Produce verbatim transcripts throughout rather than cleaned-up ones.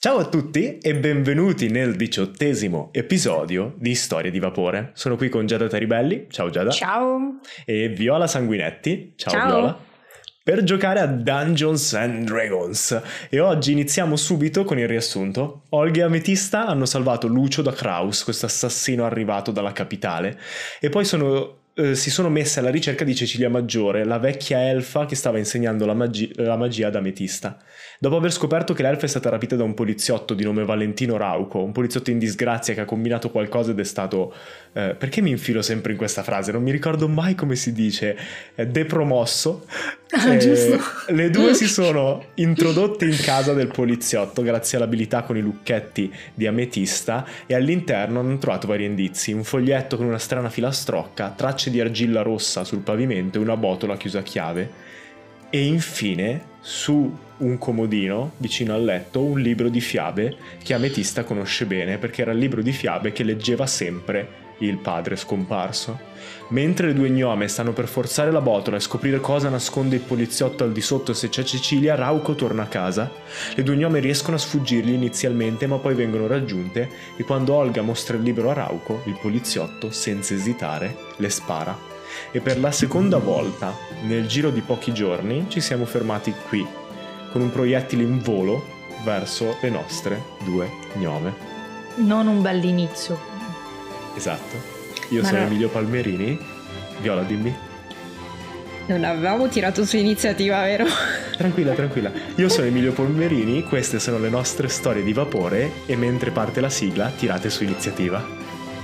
Ciao a tutti e benvenuti nel diciottesimo episodio di Storie di Vapore. Sono qui con Giada Taribelli, ciao Giada. Ciao. E Viola Sanguinetti, ciao, Ciao. Viola. Per giocare a Dungeons and Dragons. E oggi iniziamo subito con il riassunto. Olga e Ametista hanno salvato Lucio da Kraus, questo assassino arrivato dalla capitale, e poi sono... Eh, si sono messe alla ricerca di Cecilia Maggiore, la vecchia elfa che stava insegnando la, magi- la magia ad Ametista. Dopo aver scoperto che l'elfa è stata rapita da un poliziotto di nome Valentino Rauco, un poliziotto in disgrazia che ha combinato qualcosa ed è stato... Eh, perché mi infilo sempre in questa frase? Non mi ricordo mai come si dice. Eh, depromosso. Ah, eh, giusto. Le due si sono introdotte in casa del poliziotto grazie all'abilità con i lucchetti di Ametista e all'interno hanno trovato vari indizi. Un foglietto con una strana filastrocca, tracce di argilla rossa sul pavimento e una botola chiusa a chiave. E infine, su un comodino vicino al letto, un libro di fiabe che Ametista conosce bene perché era il libro di fiabe che leggeva sempre il padre scomparso. Mentre le due gnome stanno per forzare la botola e scoprire cosa nasconde il poliziotto al di sotto se c'è Cecilia, Rauco torna a casa. Le due gnome riescono a sfuggirgli inizialmente, ma poi vengono raggiunte e quando Olga mostra il libro a Rauco, il poliziotto, senza esitare, le spara. E per la seconda volta, nel giro di pochi giorni, ci siamo fermati qui, con un proiettile in volo verso le nostre due gnome. Non un bell'inizio. Esatto. Io Ma sono no. Emilio Palmerini. Viola, dimmi. Non avevamo tirato su iniziativa, vero? Tranquilla, tranquilla. Io sono Emilio Palmerini, queste sono le nostre storie di vapore e mentre parte la sigla tirate su iniziativa.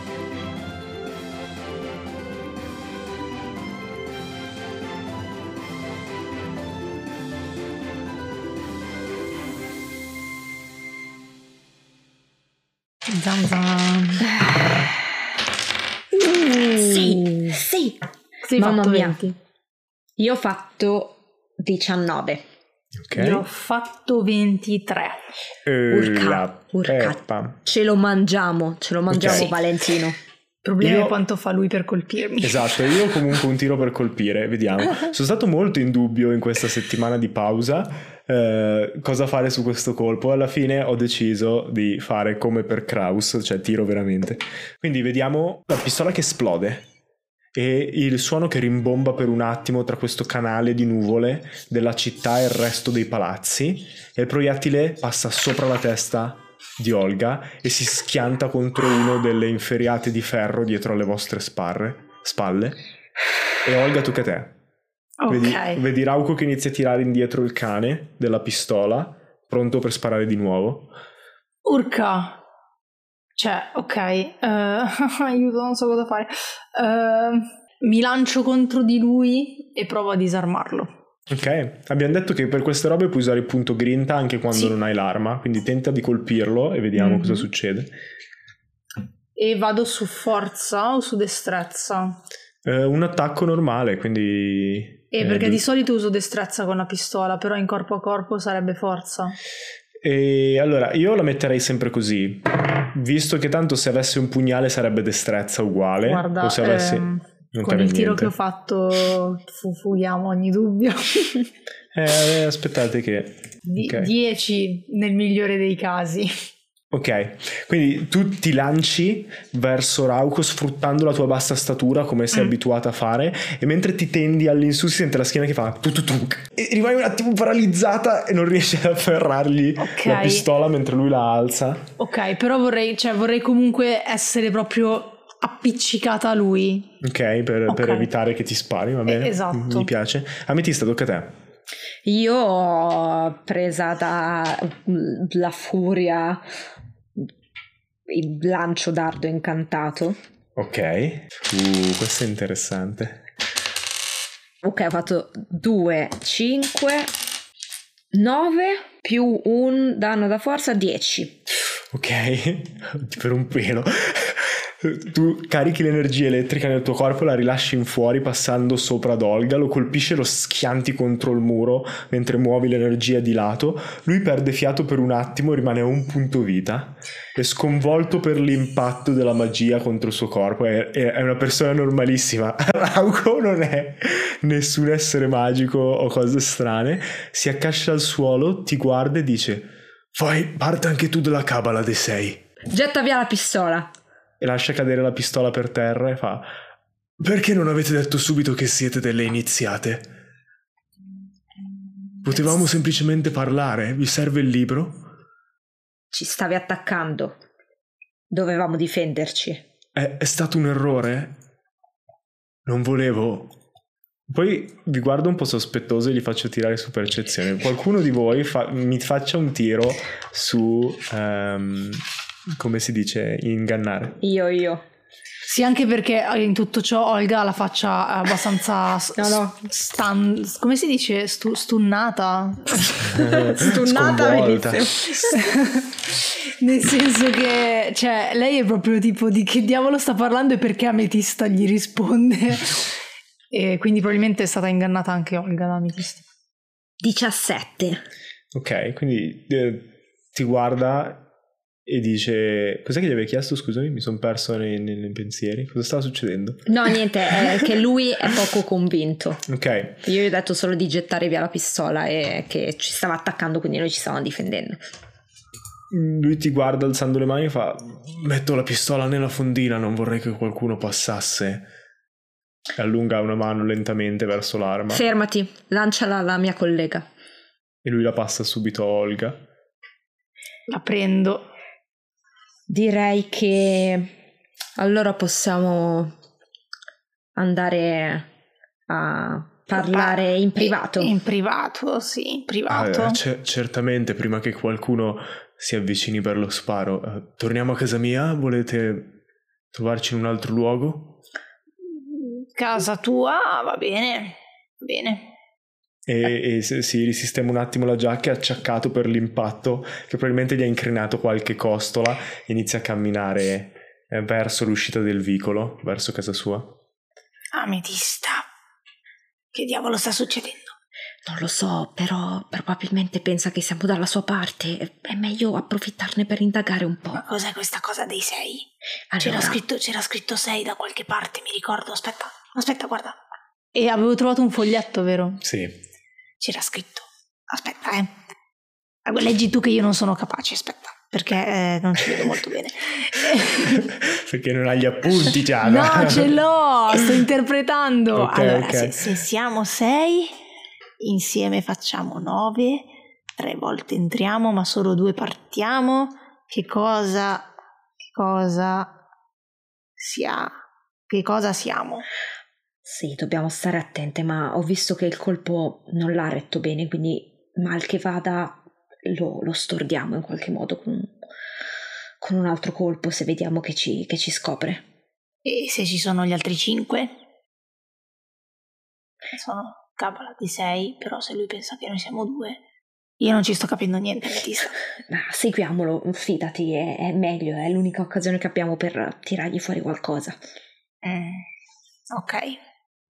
Zam zam. Sì, sì. Sei Mamma fatto mia. venti. Io ho fatto diciannove. Ok. Io ho fatto ventitré. Eh, Urca, la urca. peppa. Ce lo mangiamo, ce lo mangiamo, Ok. Valentino. Il problema Io- è quanto fa lui per colpirmi. Esatto, io ho comunque un tiro per colpire, vediamo. Sono stato molto in dubbio in questa settimana di pausa eh, cosa fare su questo colpo. Alla fine ho deciso di fare come per Kraus, cioè tiro veramente. Quindi vediamo la pistola che esplode e il suono che rimbomba per un attimo tra questo canale di nuvole della città e il resto dei palazzi, e il proiettile passa sopra la testa di Olga e si schianta contro uno delle inferriate di ferro dietro alle vostre sparre, spalle. E Olga, tocca a te. Ok. Vedi, vedi Rauco che inizia a tirare indietro il cane della pistola, pronto per sparare di nuovo. Urca. Cioè, ok. eh, aiuto, non so cosa fare. Eh, mi lancio contro di lui e provo a disarmarlo. Ok, abbiamo detto che per queste robe puoi usare il punto grinta anche quando Sì. non hai l'arma, quindi tenta di colpirlo e vediamo Mhm. cosa succede. E vado su forza o su destrezza? Eh, un attacco normale, quindi... Eh, eh, perché do- di solito uso destrezza con la pistola, però in corpo a corpo sarebbe forza. E allora, io la metterei sempre così, visto che tanto se avessi un pugnale sarebbe destrezza uguale, Guarda, o se avessi... ehm, non con cambia il tiro niente. che ho fatto fu- fughiamo ogni dubbio. Eh, aspettate che... Di- ok. dieci nel migliore dei casi. Ok, quindi tu ti lanci verso Rauco sfruttando la tua bassa statura come sei Mm. abituata a fare, e mentre ti tendi all'insù si sente la schiena che fa tu tu tu e rimani un attimo paralizzata e non riesci ad afferrargli Ok. la pistola mentre lui la alza. Ok, però vorrei, cioè, vorrei comunque essere proprio appiccicata a lui. Ok, per, Ok. per evitare che ti spari, va bene? Eh, esatto. Mi piace. Ametista, tocca a te. Io ho presa dalla furia il lancio dardo incantato. Ok. Uh, questo è interessante. Ok, ho fatto due, cinque, nove più un danno da forza, dieci. Ok, per un pelo. Tu carichi l'energia elettrica nel tuo corpo, la rilasci in fuori passando sopra ad Olga, lo colpisci e lo schianti contro il muro mentre muovi l'energia di lato. Lui perde fiato per un attimo, rimane a un punto vita, è sconvolto per l'impatto della magia contro il suo corpo. È, è una persona normalissima. Rauco non è nessun essere magico o cose strane. Si accascia al suolo, ti guarda e dice: Fai parte anche tu della cabala dei sei. Getta via la pistola. E lascia cadere la pistola per terra e fa: perché non avete detto subito che siete delle iniziate? Potevamo semplicemente parlare. Vi serve il libro? Ci stavi attaccando. Dovevamo difenderci. È, è stato un errore? Non volevo. Poi vi guardo un po' sospettoso e gli faccio tirare su percezione. Qualcuno di voi fa, mi faccia un tiro su um, come si dice, ingannare. Io, io. Sì, anche perché in tutto ciò Olga ha la faccia abbastanza no, no. Stan, come si dice? Stu, stunnata. Stunnata, bellissimo. Nel senso che, cioè, lei è proprio tipo: di che diavolo sta parlando e perché Ametista gli risponde? E quindi probabilmente è stata ingannata anche Olga da Ametista. diciassette. Ok, quindi eh, ti guarda e dice: cos'è che gli avevi chiesto? Scusami, mi sono perso nei, nei, nei pensieri. Cosa stava succedendo? No, niente, è che lui è poco convinto. Ok. Io gli ho detto solo di gettare via la pistola e che ci stava attaccando, quindi noi ci stavamo difendendo. Lui ti guarda alzando le mani e fa: metto la pistola nella fondina, non vorrei che qualcuno passasse. E allunga una mano lentamente verso l'arma. Fermati, lanciala alla mia collega. E lui la passa subito a Olga. La prendo. Direi che allora possiamo andare a parlare in privato. In privato, sì, in privato. Ah, c- certamente, prima che qualcuno si avvicini per lo sparo. Uh, torniamo a casa mia? Volete trovarci in un altro luogo? Casa tua, va bene, bene. E, e si risistema un attimo la giacca, è acciaccato per l'impatto che probabilmente gli ha incrinato qualche costola, e inizia a camminare eh, verso l'uscita del vicolo, verso casa sua. Ametista, che diavolo sta succedendo? Non lo so, però probabilmente pensa che siamo dalla sua parte. È meglio approfittarne per indagare un po'. Ma cos'è questa cosa dei sei? Allora... C'era scritto, c'era scritto sei da qualche parte, mi ricordo. Aspetta, aspetta, guarda. E avevo trovato un foglietto, vero? Sì. C'era scritto. Aspetta, eh. Leggi tu che io non sono capace, aspetta, perché eh, non ci vedo molto bene. Perché non hai gli appunti, Giada. No, ce l'ho, sto interpretando. Okay, allora, okay. Se, se siamo sei, insieme facciamo nove, tre volte entriamo, ma solo due partiamo. Che cosa, che cosa sia, che cosa siamo? Sì, dobbiamo stare attente, ma ho visto che il colpo non l'ha retto bene, quindi mal che vada lo, lo stordiamo in qualche modo con, con un altro colpo se vediamo che ci, che ci scopre. E se ci sono gli altri cinque? Sono cabala di sei, però se lui pensa che noi siamo due, io non ci sto capendo niente, Ametista. Ah, seguiamolo, fidati, è, è meglio, è l'unica occasione che abbiamo per tirargli fuori qualcosa. Mm, ok.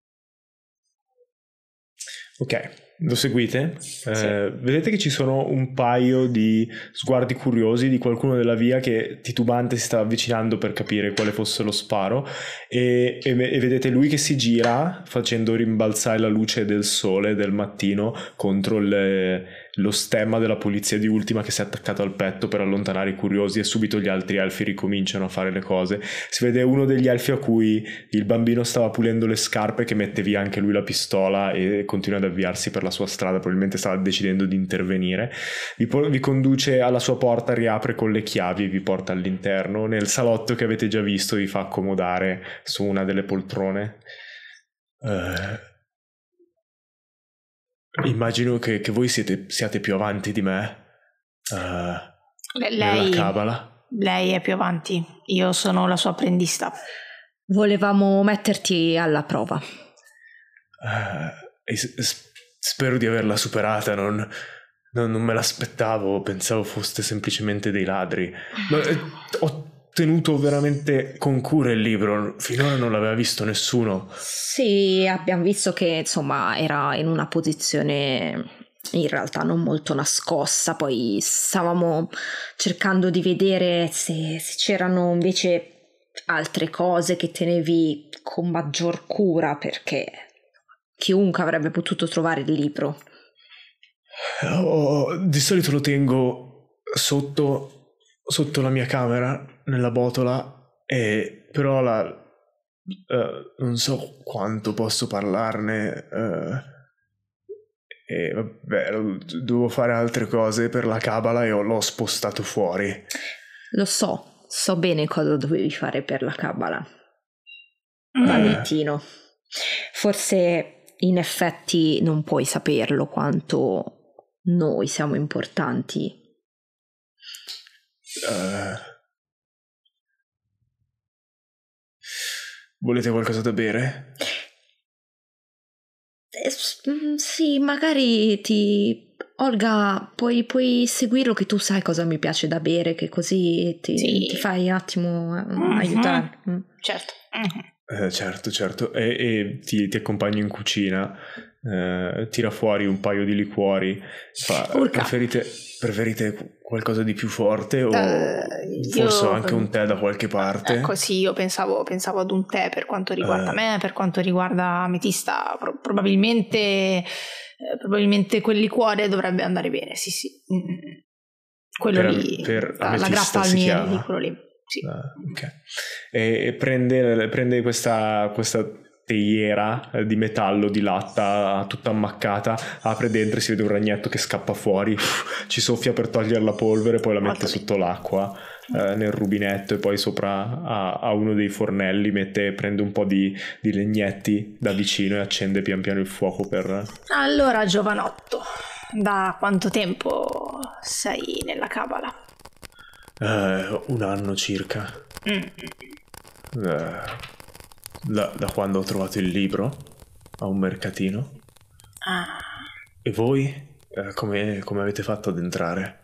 Ok, lo seguite? Sì. Eh, vedete che ci sono un paio di sguardi curiosi di qualcuno della via che titubante si sta avvicinando per capire quale fosse lo sparo, e, e, e vedete lui che si gira facendo rimbalzare la luce del sole del mattino contro il, lo stemma della polizia di Ultima che si è attaccato al petto per allontanare i curiosi, e subito gli altri elfi ricominciano a fare le cose. Si vede uno degli elfi a cui il bambino stava pulendo le scarpe che mette via anche lui la pistola e continua ad avviarsi per la sua strada, probabilmente stava decidendo di intervenire. Vi, po- vi conduce alla sua porta, riapre con le chiavi e vi porta all'interno. Nel salotto che avete già visto vi fa accomodare su una delle poltrone. Uh, immagino che, che voi siete, siate più avanti di me uh, lei, nella cabala. Lei è più avanti, io sono la sua apprendista. Volevamo metterti alla prova. Uh, e s- spero di averla superata, non, non, non me l'aspettavo, pensavo foste semplicemente dei ladri. Ma, eh, ho tenuto veramente con cura il libro, finora non l'aveva visto nessuno. Sì, abbiamo visto che insomma era in una posizione in realtà non molto nascosta, poi stavamo cercando di vedere se, se c'erano invece altre cose che tenevi con maggior cura, perché chiunque avrebbe potuto trovare il libro. Oh, di solito lo tengo sotto, sotto la mia camera, nella botola, e però la, uh, non so quanto posso parlarne, uh, e vabbè, devo fare altre cose per la cabala e l'ho spostato fuori. Lo so, so bene cosa dovevi fare per la cabala, Eh. Valentino. Forse in effetti non puoi saperlo quanto noi siamo importanti. Uh, volete qualcosa da bere? Eh, s- mm, sì, magari ti... Olga, puoi, puoi seguirlo, che tu sai cosa mi piace da bere, che così ti, Sì. ti fai un attimo eh, Mhm. aiutare. Mm. Certo. Mhm. Eh, certo, certo. E, e ti, ti accompagno in cucina, eh, tira fuori un paio di liquori. Fa, Urca. preferite, preferite qualcosa di più forte o Eh, forse io- anche un tè da qualche parte? Ecco, sì, io pensavo, pensavo ad un tè per quanto riguarda Eh. me, per quanto riguarda Ametista, pro- probabilmente, eh, probabilmente quel liquore dovrebbe andare bene, sì, sì. Mm. Quello Per- lì, per la, la Ametista grappa al si miele, chiama? lì, quello lì, sì. Ah, ok. E, e prende, prende questa, questa teiera eh, di metallo di latta tutta ammaccata, apre dentro e si vede un ragnetto che scappa fuori, ci soffia per togliere la polvere, poi la Molto mette bene. sotto l'acqua eh, nel rubinetto, e poi sopra a, a uno dei fornelli mette, prende un po' di, di legnetti da vicino e accende pian piano il fuoco per... Allora, giovanotto, da quanto tempo sei nella cabala? eh, un anno circa. Mm. Eh, da, da quando ho trovato il libro a un mercatino. Ah. E voi? Eh, come, come avete fatto ad entrare?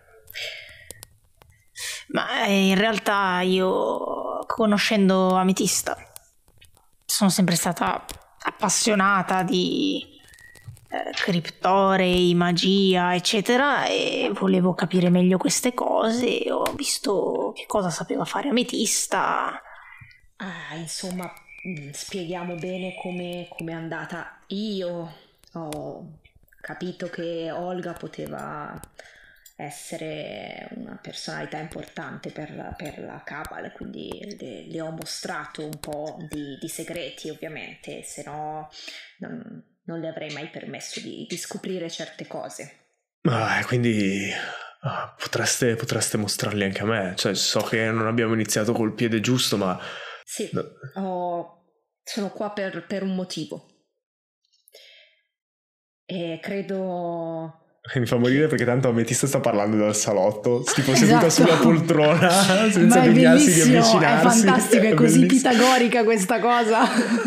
Ma eh, in realtà io, conoscendo Ametista, sono sempre stata appassionata di eh, criptorei, magia, eccetera, e volevo capire meglio queste cose. e Ho visto che cosa sapeva fare Ametista. Ah, insomma, mm, spieghiamo bene come come è andata. Io ho capito che Olga poteva essere una personalità importante per, per la Cabal, quindi le, le ho mostrato un po' di, di segreti, ovviamente, se no non, non le avrei mai permesso di, di scoprire certe cose. Ah, quindi ah, potreste, potreste mostrarli anche a me. Cioè, so che non abbiamo iniziato col piede giusto, ma Sì, no. ho- sono qua per, per un motivo. E credo... mi fa morire perché tanto Ametista sta parlando dal salotto, tipo seduta Esatto. sulla poltrona, senza Ma è degnarsi di bellissimo, è avvicinarsi. fantastico, è così bellissimo. pitagorica questa cosa.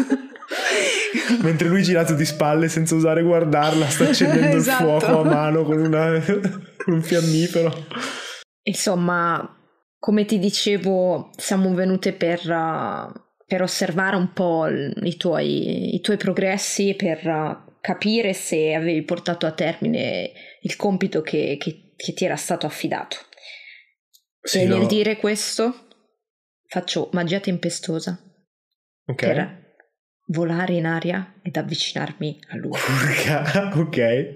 Mentre lui girato di spalle senza osare guardarla, sta accendendo Esatto. il fuoco a mano con, una, con un fiammifero. Insomma, come ti dicevo, siamo venute per, uh, per osservare un po' il- i tuoi, i tuoi progressi, per uh, capire se avevi portato a termine il compito che, che- che ti era stato affidato. Sì, e nel no. dire questo faccio magia tempestosa Ok. per volare in aria ed avvicinarmi a lui. Urca, ok.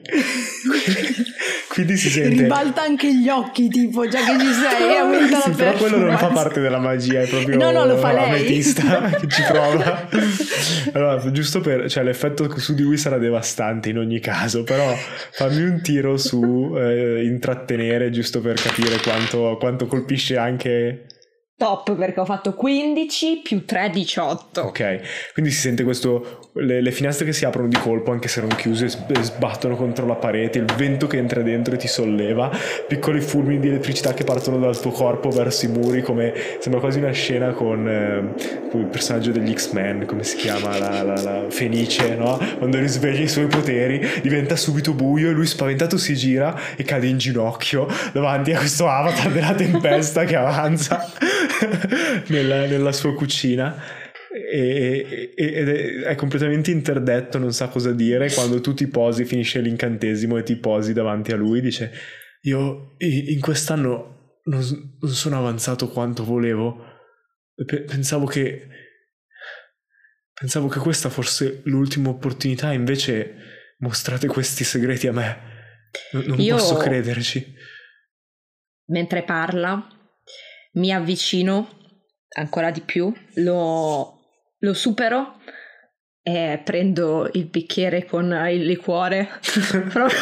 Quindi si sente... Ribalta anche gli occhi, tipo, già che ci sei, aumenta sì, la però quello non fa performance. parte della magia, è proprio No, no, lo fa lei. Ametista che ci prova. Allora, giusto per... cioè l'effetto su di lui sarà devastante in ogni caso, però fammi un tiro su eh, intrattenere, giusto per capire quanto, quanto colpisce anche... Top, perché ho fatto quindici più tre, diciotto. Ok, quindi si sente questo, le, le finestre che si aprono di colpo anche se non chiuse, sb- sbattono contro la parete, il vento che entra dentro e ti solleva, piccoli fulmini di elettricità che partono dal tuo corpo verso i muri, come sembra quasi una scena con, eh, con il personaggio degli X-Men, come si chiama, la, la, la Fenice, no? Quando risveglia i suoi poteri diventa subito buio e lui spaventato si gira e cade in ginocchio davanti a questo avatar della tempesta che avanza nella, nella sua cucina e, e- ed è, è completamente interdetto, non sa cosa dire. Quando tu ti posi, finisce l'incantesimo e ti posi davanti a lui, dice: io i- in quest'anno non, non sono avanzato quanto volevo. Pe- pensavo che pensavo che questa fosse l'ultima opportunità, invece mostrate questi segreti a me. Non, non Io- posso crederci. mentre parla, mi avvicino ancora di più, lo, lo supero e prendo il bicchiere con il liquore proprio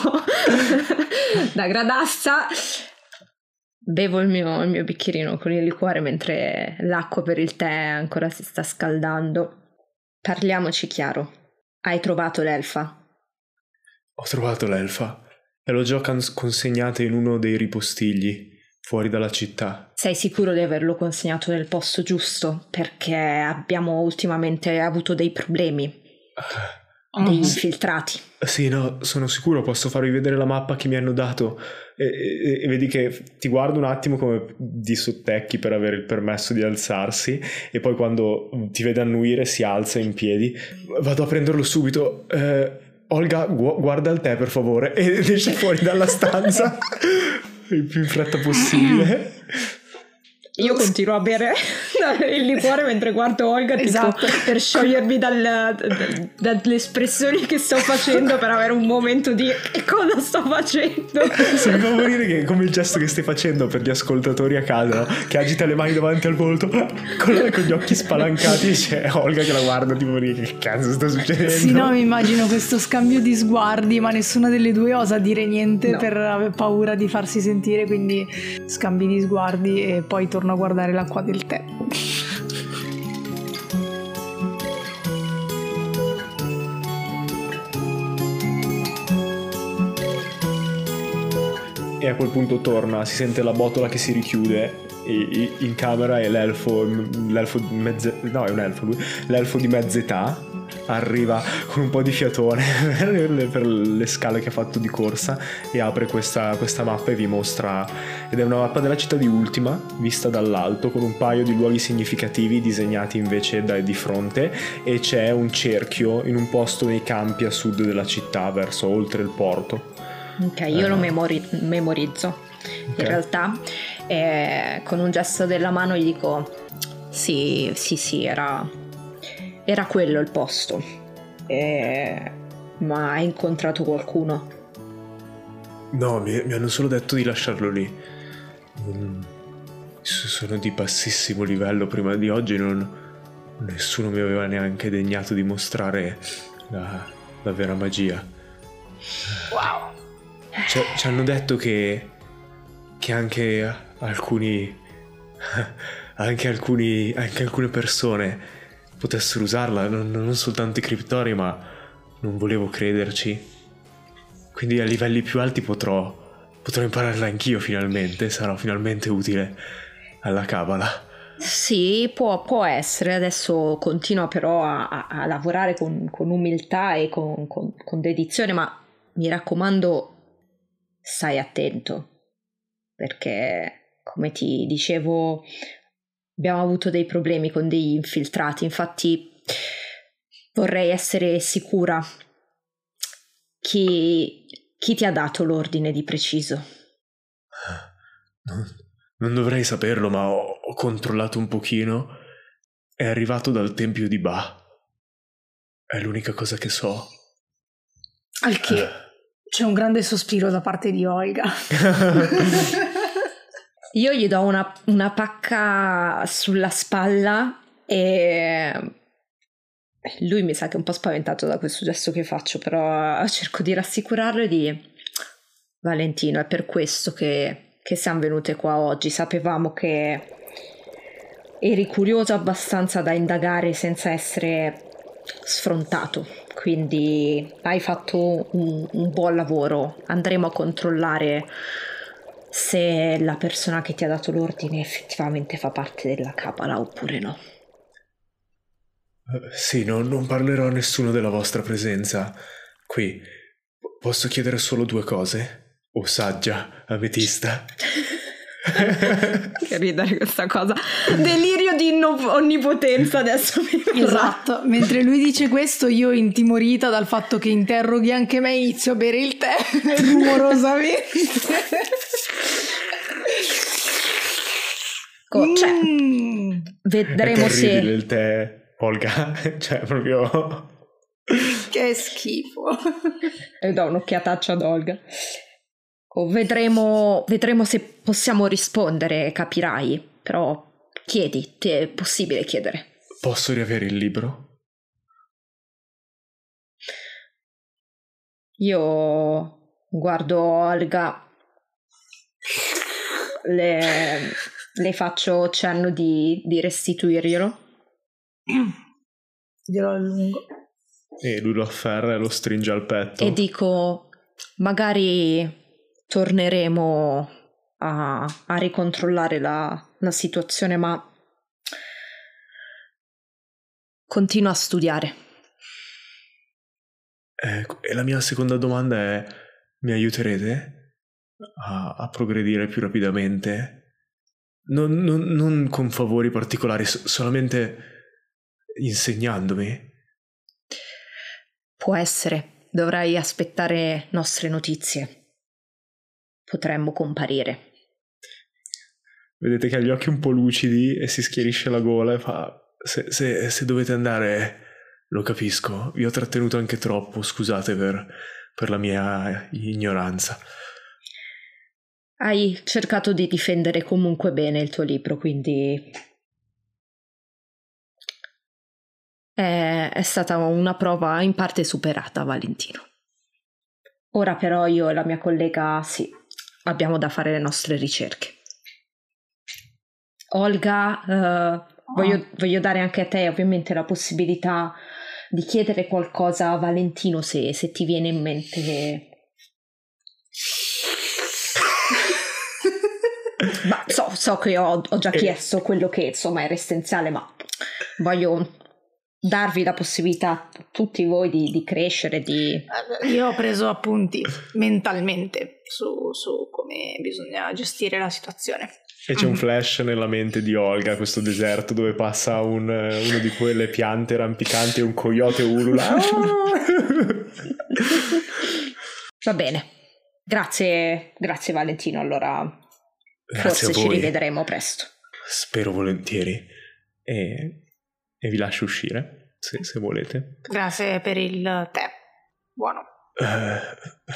da gradassa, bevo il mio, il mio bicchierino con il liquore mentre l'acqua per il tè ancora si sta scaldando. Parliamoci chiaro, hai trovato l'elfa? Ho trovato l'elfa e l'ho già cons- consegnata in uno dei ripostigli fuori dalla città. Sei sicuro di averlo consegnato nel posto giusto? Perché abbiamo ultimamente avuto dei problemi, Uh, degli sì. infiltrati. Sì, no, sono sicuro, posso farvi vedere la mappa che mi hanno dato e, e- e vedi che ti guardo un attimo come di sottecchi per avere il permesso di alzarsi e poi quando ti vede annuire si alza in piedi. Vado a prenderlo subito. Eh, Olga, gu- guarda il tè per favore, ed esce fuori dalla stanza il più in fretta possibile. Io continuo a bere il liquore mentre guardo Olga, tipo, Esatto. per sciogliermi dal, dal- dalle espressioni che sto facendo, per avere un momento di che cosa sto facendo. Se mi fa morire che è come il gesto che stai facendo per gli ascoltatori a casa, no? Che agita le mani davanti al volto con, con gli occhi spalancati e c'è Olga che la guarda tipo lì, che cazzo sta succedendo? Sì, no, mi immagino questo scambio di sguardi, ma nessuna delle due osa dire niente No. per aver paura di farsi sentire, quindi scambi di sguardi e poi torno a guardare l'acqua del tè. E a quel punto torna, si sente la botola che si richiude e- e- in camera e l'elfo, l'elfo di mezza, no è un elfo lui, l'elfo di mezza età arriva con un po' di fiatone per le scale che ha fatto di corsa e apre questa, questa mappa e vi mostra, ed è una mappa della città di Ultima vista dall'alto con un paio di luoghi significativi disegnati invece da, di fronte, e c'è un cerchio in un posto nei campi a sud della città verso oltre il porto. Ok, io lo memori- memorizzo. Ok. In realtà, eh, con un gesto della mano gli dico: sì, sì, sì, era, era quello il posto. Eh, ma hai incontrato qualcuno? No, mi, mi hanno solo detto di lasciarlo lì. Mm, sono di bassissimo livello prima di oggi, non, nessuno mi aveva neanche degnato di mostrare la, la vera magia. Wow. Ci, ci hanno detto che, che anche alcuni, anche alcuni, anche alcune persone potessero usarla, non, non soltanto i criptori, ma non volevo crederci. Quindi a livelli più alti potrò, potrò impararla anch'io finalmente, sarò finalmente utile alla Cabala. Sì, può, può essere. Adesso continua però a, a- a lavorare con, con umiltà e con, con- con dedizione, ma mi raccomando, stai attento, perché come ti dicevo abbiamo avuto dei problemi con degli infiltrati, infatti vorrei essere sicura chi, chi ti ha dato l'ordine di preciso. Non, non dovrei saperlo, ma ho, ho controllato un pochino. È arrivato dal tempio di Ba. È l'unica cosa che so. Al che c'è un grande sospiro da parte di Olga. Io gli do una, una pacca sulla spalla e lui mi sa che è un po' spaventato da questo gesto che faccio, però cerco di rassicurarlo e di: Valentino, è per questo che, che siamo venute qua oggi. Sapevamo che eri curioso abbastanza da indagare senza essere sfrontato, quindi hai fatto un, un buon lavoro. Andremo a controllare se la persona che ti ha dato l'ordine effettivamente fa parte della Cabala oppure no. Eh, Sì, no, non parlerò a nessuno della vostra presenza qui. P- Posso chiedere solo due cose? O saggia, ametista? Che ridere questa cosa. Delirio di inno- onnipotenza adesso mi verrà. Esatto, mentre lui dice questo io, intimorita dal fatto che interroghi anche me, inizio a bere il tè rumorosamente. Co- cioè, Mm. vedremo È terribile se il tè, Olga. Cioè, proprio... Che schifo. e do un'occhiataccia ad Olga. O vedremo, vedremo se possiamo rispondere, capirai. Però chiedi, ti è possibile chiedere. Posso riavere il libro? Io guardo Olga, le, le faccio cenno di, di restituirglielo. Glielo allungo. E lui lo afferra e lo stringe al petto. E dico, magari torneremo a, a ricontrollare la, la situazione, ma continua a studiare. Eh, e la mia seconda domanda è: mi aiuterete a, a progredire più rapidamente? Non, non, non con favori particolari, so- solamente insegnandomi. Può essere, dovrai aspettare nostre notizie. Potremmo comparire. Vedete che ha gli occhi un po' lucidi e si schiarisce la gola e fa: se, se, se dovete andare, lo capisco, vi ho trattenuto anche troppo, scusate per, per la mia ignoranza. Hai cercato di difendere comunque bene il tuo libro, quindi è, è stata una prova in parte superata, Valentino. Ora però io e la mia collega, sì, abbiamo da fare le nostre ricerche. Olga, eh, voglio, voglio dare anche a te ovviamente la possibilità di chiedere qualcosa a Valentino se, se ti viene in mente. Ma so, so che ho, ho già chiesto quello che insomma era essenziale, ma voglio darvi la possibilità a tutti voi di, di crescere, di... Io ho preso appunti mentalmente su, su come bisogna gestire la situazione. E c'è un flash nella mente di Olga, questo deserto dove passa un, uno di quelle piante rampicanti e un coyote ulula. Va bene, grazie, grazie Valentino, allora Grazie forse a ci voi. rivedremo presto. Spero volentieri. E, e vi lascio uscire, se, se volete. Grazie per il tè. Buono. Uh,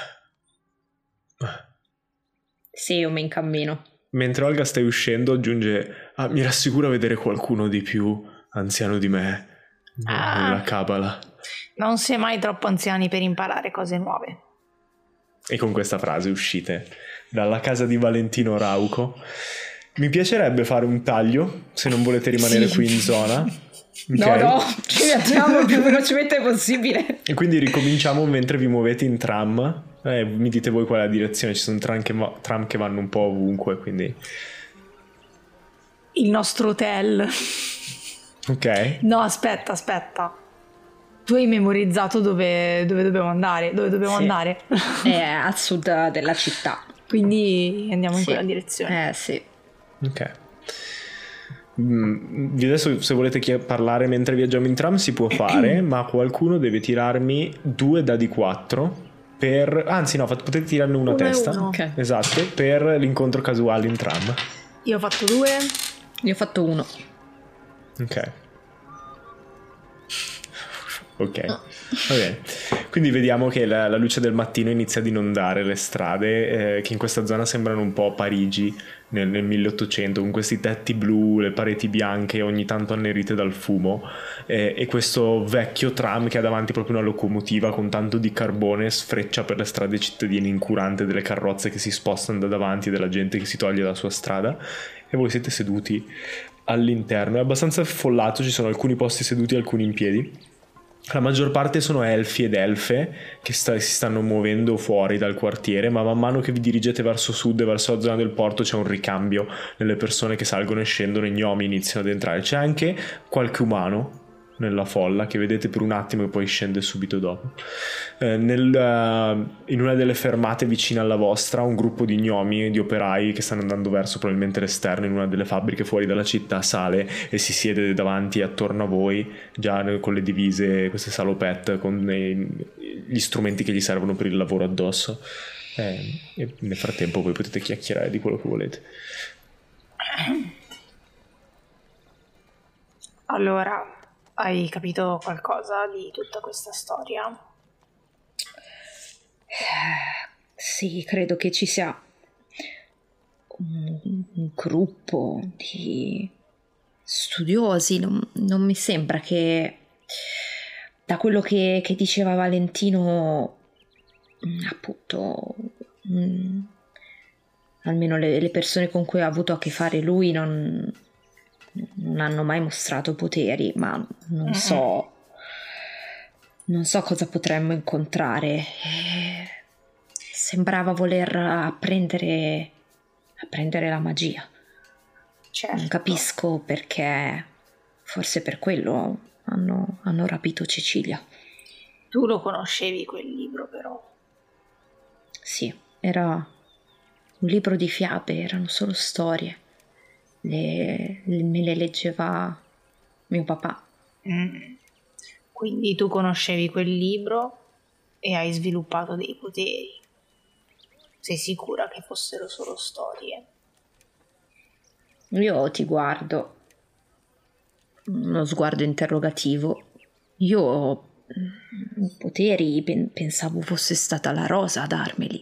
Sì, io mi incammino. Mentre Olga sta uscendo aggiunge: ah, mi rassicura vedere qualcuno di più anziano di me Ah. nella cabala. Non si è mai troppo anziani per imparare cose nuove. E con questa frase uscite dalla casa di Valentino Rauco. Mi piacerebbe fare un taglio, se non volete rimanere Sì. qui in zona. No, Ok? no, ci mettiamo il più velocemente possibile. E quindi ricominciamo mentre vi muovete in tram. Eh, mi dite voi qual è la direzione, ci sono tram che, va- tram che vanno un po' ovunque, quindi... Il nostro hotel. Ok. No, aspetta, aspetta. Tu hai memorizzato dove, dove dobbiamo andare? Dove dobbiamo Sì. andare? È al sud della città. Quindi andiamo in Sì. quella direzione. Eh sì. Ok. Mm, vi adesso se volete chi- parlare mentre viaggiamo in tram si può fare, ma qualcuno deve tirarmi due dadi quattro per... Anzi no, fat- potete tirarne uno a Uno e testa. uno. Ok. Esatto, per l'incontro casuale in tram. Io ho fatto due. Io ho fatto uno. Ok. Ok, va bene. Quindi vediamo che la, la luce del mattino inizia ad inondare le strade, eh, che in questa zona sembrano un po' Parigi nel, nel milleottocento, con questi tetti blu, le pareti bianche ogni tanto annerite dal fumo, eh, e questo vecchio tram che ha davanti proprio una locomotiva con tanto di carbone sfreccia per le strade cittadine, incurante delle carrozze che si spostano da davanti e della gente che si toglie dalla sua strada, e voi siete seduti all'interno. È abbastanza affollato, ci sono alcuni posti seduti e alcuni in piedi. La maggior parte sono elfi ed elfe che sta- si stanno muovendo fuori dal quartiere, ma man mano che vi dirigete verso sud e verso la zona del porto c'è un ricambio nelle persone che salgono e scendono, i gnomi iniziano ad entrare. C'è anche qualche umano nella folla che vedete per un attimo e poi scende subito dopo. Eh, nel, eh, in una delle fermate vicine alla vostra un gruppo di gnomi, di operai che stanno andando verso probabilmente l'esterno in una delle fabbriche fuori dalla città sale e si siede davanti attorno a voi già con le divise, queste salopette con eh, gli strumenti che gli servono per il lavoro addosso. Eh, e nel frattempo voi potete chiacchierare di quello che volete. Allora, hai capito qualcosa di tutta questa storia? sì, credo che ci sia un, un gruppo di studiosi. Non, non mi sembra che, da quello che, che diceva Valentino, appunto, mh, almeno le, le persone con cui ha avuto a che fare lui non, non hanno mai mostrato poteri, ma non Mm-mm. so non so cosa potremmo incontrare. Eh, sembrava voler apprendere apprendere la magia. Certo. Non capisco perché, forse per quello hanno, hanno rapito Cecilia. Tu lo conoscevi quel libro, però. Sì, era un libro di fiabe, erano solo storie. Le, le- me le leggeva mio papà. Mm. Quindi tu conoscevi quel libro e hai sviluppato dei poteri. Sei sicura che fossero solo storie? Io ti guardo, uno sguardo interrogativo. Io mm, poteri pen- pensavo fosse stata la Rosa a darmeli.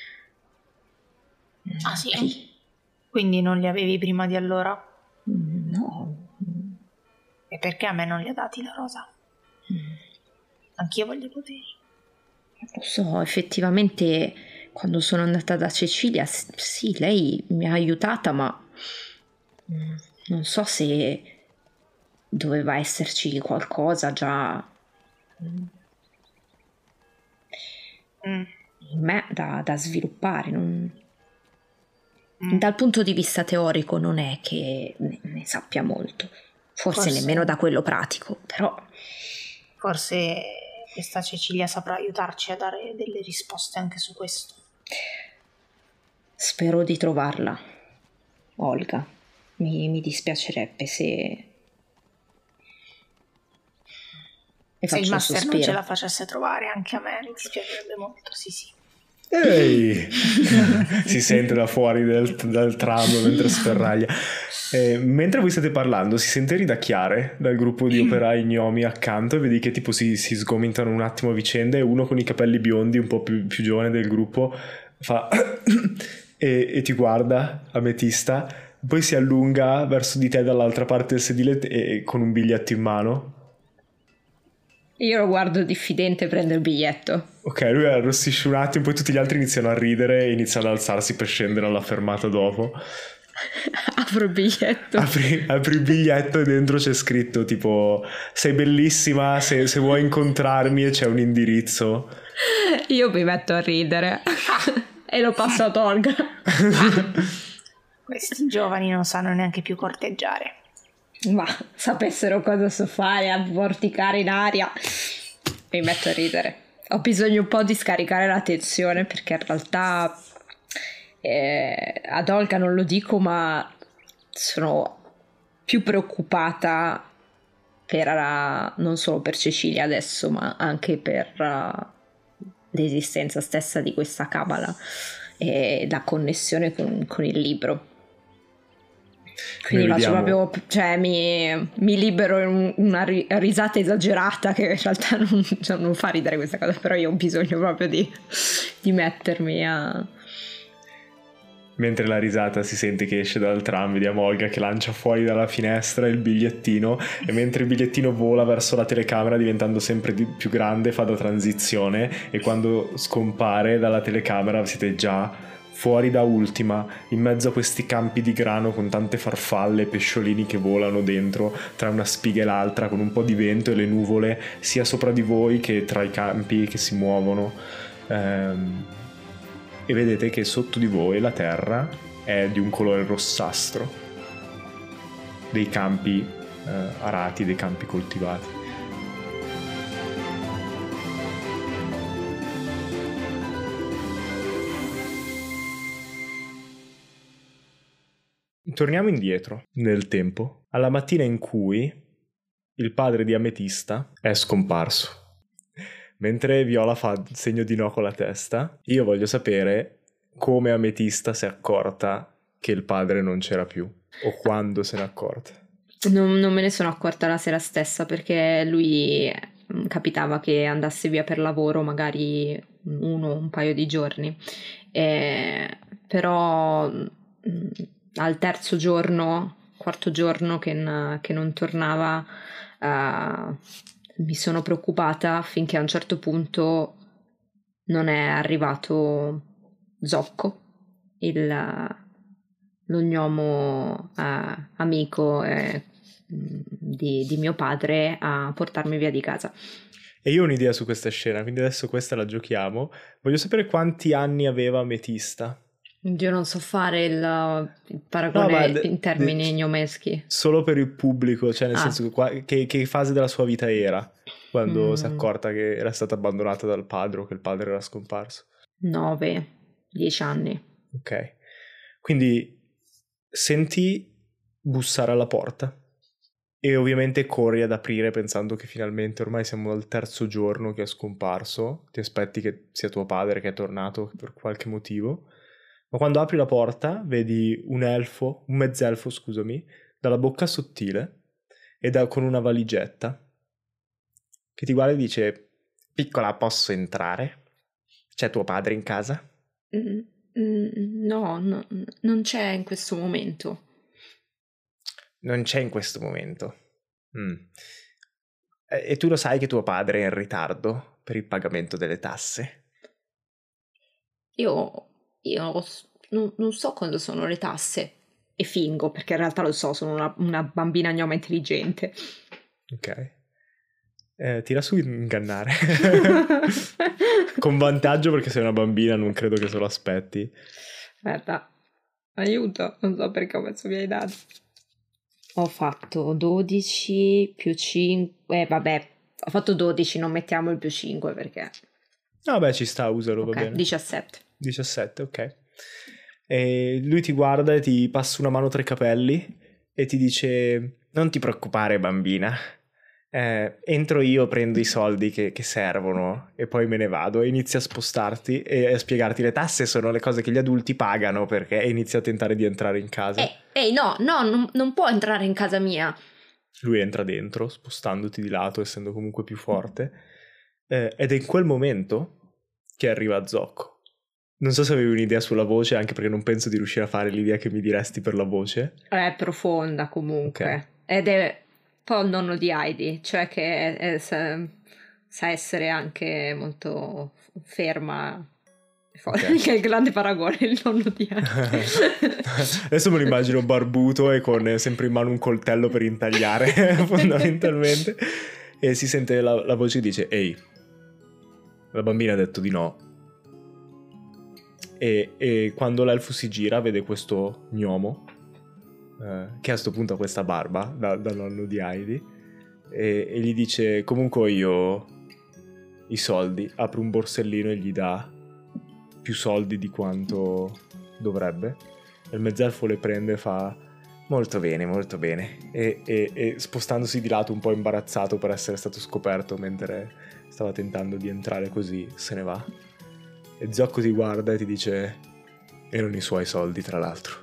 Ah sì? Sì. Quindi non li avevi prima di allora? Mm, No, E perché a me non li ha dati la rosa? Mm. Anch'io voglio i poteri. lo so, effettivamente quando sono andata da Cecilia, s- sì, lei mi ha aiutata, ma mm, non so se doveva esserci qualcosa già mm, Mm. in me da, da sviluppare. non- Mm. Dal punto di vista teorico non è che ne, ne sappia molto, forse, Forse- nemmeno da quello pratico, però Forse questa Cecilia saprà aiutarci a dare delle risposte anche su questo. spero di trovarla, Olga. Mi, mi dispiacerebbe se... E Se il faccio un master non sospiro. ce la facesse trovare, anche a me mi dispiacerebbe molto, sì sì. Ehi! Si sente da fuori del, dal tram mentre sferraglia. Eh, mentre voi state parlando si sente ridacchiare dal gruppo di operai gnomi accanto e vedi che tipo si, si sgomitano un attimo a vicenda e uno con i capelli biondi, un po' più, più giovane del gruppo, fa e, e ti guarda, Ametista, poi si allunga verso di te dall'altra parte del sedile e, e con un biglietto in mano. Io lo guardo diffidente e prendo il biglietto. Ok, lui arrossisce un attimo, poi tutti gli altri iniziano a ridere e iniziano ad alzarsi per scendere alla fermata dopo. Apro il biglietto. Apri, apri il biglietto e dentro c'è scritto tipo sei bellissima, se, se vuoi incontrarmi, e c'è un indirizzo. Io mi metto a ridere e lo passo ad Olga. Questi giovani non sanno neanche più corteggiare. Ma sapessero cosa so fare a vorticare in aria. Mi metto a ridere. Ho bisogno un po' di scaricare la tensione, perché in realtà eh, ad Olga non lo dico, ma sono più preoccupata per la- non solo per Cecilia adesso, ma anche per uh, l'esistenza stessa di questa cabala e la connessione con, con il libro. Quindi Noi faccio vediamo- proprio, cioè mi, mi libero in un- una ri- risata esagerata che in realtà non, cioè, non fa ridere questa cosa, però io ho bisogno proprio di, di mettermi a... Mentre la risata si sente che esce dal tram, vediamo Olga che lancia fuori dalla finestra il bigliettino e mentre il bigliettino vola verso la telecamera diventando sempre di- più grande fa da transizione e quando scompare dalla telecamera siete già fuori da ultima in mezzo a questi campi di grano con tante farfalle e pesciolini che volano dentro tra una spiga e l'altra con un po' di vento e le nuvole sia sopra di voi che tra i campi che si muovono. Ehm, e vedete che sotto di voi la terra è di un colore rossastro, dei campi eh, arati, dei campi coltivati. Torniamo indietro nel tempo, alla mattina in cui il padre di Ametista è scomparso. Mentre Viola fa segno di no con la testa, io voglio sapere come Ametista si è accorta che il padre non c'era più, o quando se n'è accorta. Non, non me ne sono accorta la sera stessa, perché lui mm, capitava che andasse via per lavoro magari uno o un paio di giorni eh, però mh, al terzo giorno, quarto giorno che, n- che non tornava, eh, mi sono preoccupata finché a un certo punto non è arrivato Zocco, il, lo gnomo eh, amico eh, di, di mio padre, a portarmi via di casa. E io ho un'idea su questa scena, quindi adesso questa la giochiamo. Voglio sapere quanti anni aveva Ametista. Io non so fare il, il No, paragone ma de- in de- termini gnomeschi. solo per il pubblico, cioè nel Ah. senso che, qua- che, che fase della sua vita era quando Mm. si è accorta che era stata abbandonata dal padre o che il padre era scomparso. nove, dieci anni. Ok, quindi senti bussare alla porta e ovviamente corri ad aprire pensando che finalmente ormai siamo al terzo giorno che è scomparso, ti aspetti che sia tuo padre che è tornato per qualche motivo, ma quando apri la porta vedi un elfo, un mezzelfo scusami, dalla bocca sottile e da, con una valigetta che ti guarda e dice: piccola, posso entrare? C'è tuo padre in casa? Mm, mm, no, no, non c'è in questo momento. Non c'è in questo momento. Mm. E, e tu lo sai che tuo padre è in ritardo per il pagamento delle tasse? Io, io s- non, non so cosa sono le tasse e fingo, perché in realtà lo so, sono una, una bambina gnoma intelligente. Ok. Eh, tira su ingannare. Con vantaggio perché sei una bambina, non credo che se lo aspetti. Aspetta, aiuto, non so perché ho messo via i dati. Ho fatto dodici più cinque, eh, vabbè, ho fatto dodici, non mettiamo il più cinque perché... No, beh, ci sta, usalo, Ok, va bene. diciassette. diciassette, ok. E lui ti guarda e ti passa una mano tra i capelli e ti dice: non ti preoccupare, bambina. Eh, entro io, prendo i soldi che, che servono e poi me ne vado. E inizia a spostarti e a spiegarti: le tasse sono le cose che gli adulti pagano, perché e inizia a tentare di entrare in casa. Ehi, ehi, no, no, non, non può entrare in casa mia. Lui entra dentro, spostandoti di lato, essendo comunque più forte, eh, ed è in quel momento che arriva Zocco. Non so se avevi un'idea sulla voce, anche perché non penso di riuscire a fare l'idea che mi diresti per la voce. È profonda comunque. Ok. Ed è un po' il nonno di Heidi, cioè che è- è- sa, sa essere anche molto ferma. Ok. Che è il grande paragone, il nonno di Heidi. Adesso me lo immagino barbuto e con sempre in mano un coltello per intagliare, fondamentalmente. E si sente la, la voce che dice: ehi, la bambina ha detto di no. E, e quando l'elfo si gira vede questo gnomo eh, che a sto punto ha questa barba da, da nonno di Heidi e, e gli dice: comunque io i soldi, apre un borsellino e gli dà più soldi di quanto dovrebbe e il mezzelfo le prende e fa: molto bene, molto bene, e, e, e spostandosi di lato un po' imbarazzato per essere stato scoperto mentre stava tentando di entrare così, se ne va. E Zocco ti guarda e ti dice: erano i suoi soldi, tra l'altro.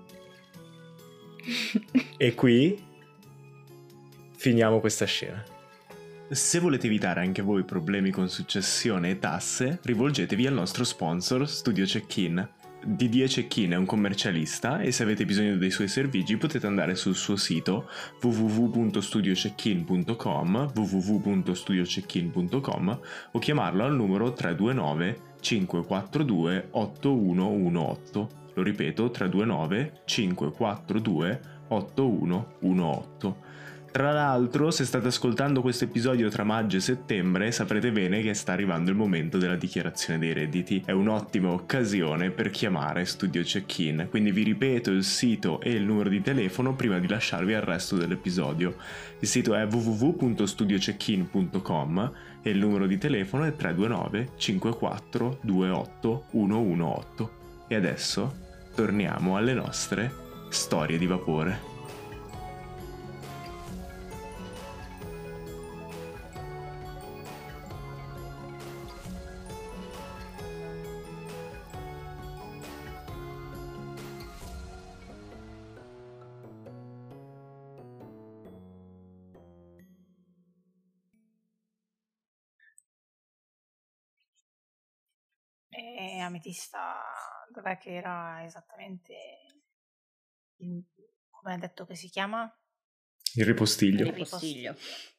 E qui finiamo questa scena. Se volete evitare anche voi problemi con successione e tasse, rivolgetevi al nostro sponsor Studio Check-in. D D E Check-in è un commercialista e se avete bisogno dei suoi servigi potete andare sul suo sito w w w punto studio check in punto com w w w punto studio check in punto com o chiamarlo al numero tre due nove cinque quattro due otto uno uno otto. Lo ripeto, tre due nove cinque quattro due otto uno uno otto. Tra l'altro, se state ascoltando questo episodio tra maggio e settembre, saprete bene che sta arrivando il momento della dichiarazione dei redditi. È un'ottima occasione per chiamare Studio Check-in, quindi vi ripeto il sito e il numero di telefono prima di lasciarvi al resto dell'episodio. Il sito è w w w punto studio check in punto com e il numero di telefono è tre due nove cinque quattro due otto uno uno otto. E adesso torniamo alle nostre storie di vapore. E Ametista, dov'è che era esattamente? Il, come hai detto che si chiama? Il ripostiglio. Il ripostiglio.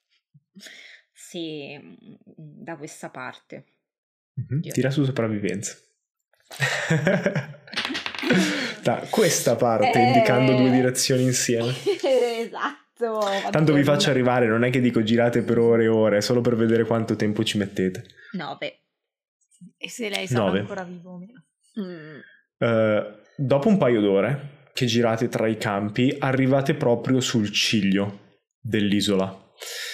Sì, da questa parte. Mm-hmm. Tira su sopravvivenza. Da questa parte, eh... indicando due direzioni insieme. Esatto. Tanto vi faccio arrivare, non è che dico girate per ore e ore, è solo per vedere quanto tempo ci mettete. Nove. E se lei sarà Nove. ancora vivo o meno? Mm. Uh, dopo un paio d'ore che girate tra i campi, arrivate proprio sul ciglio dell'isola.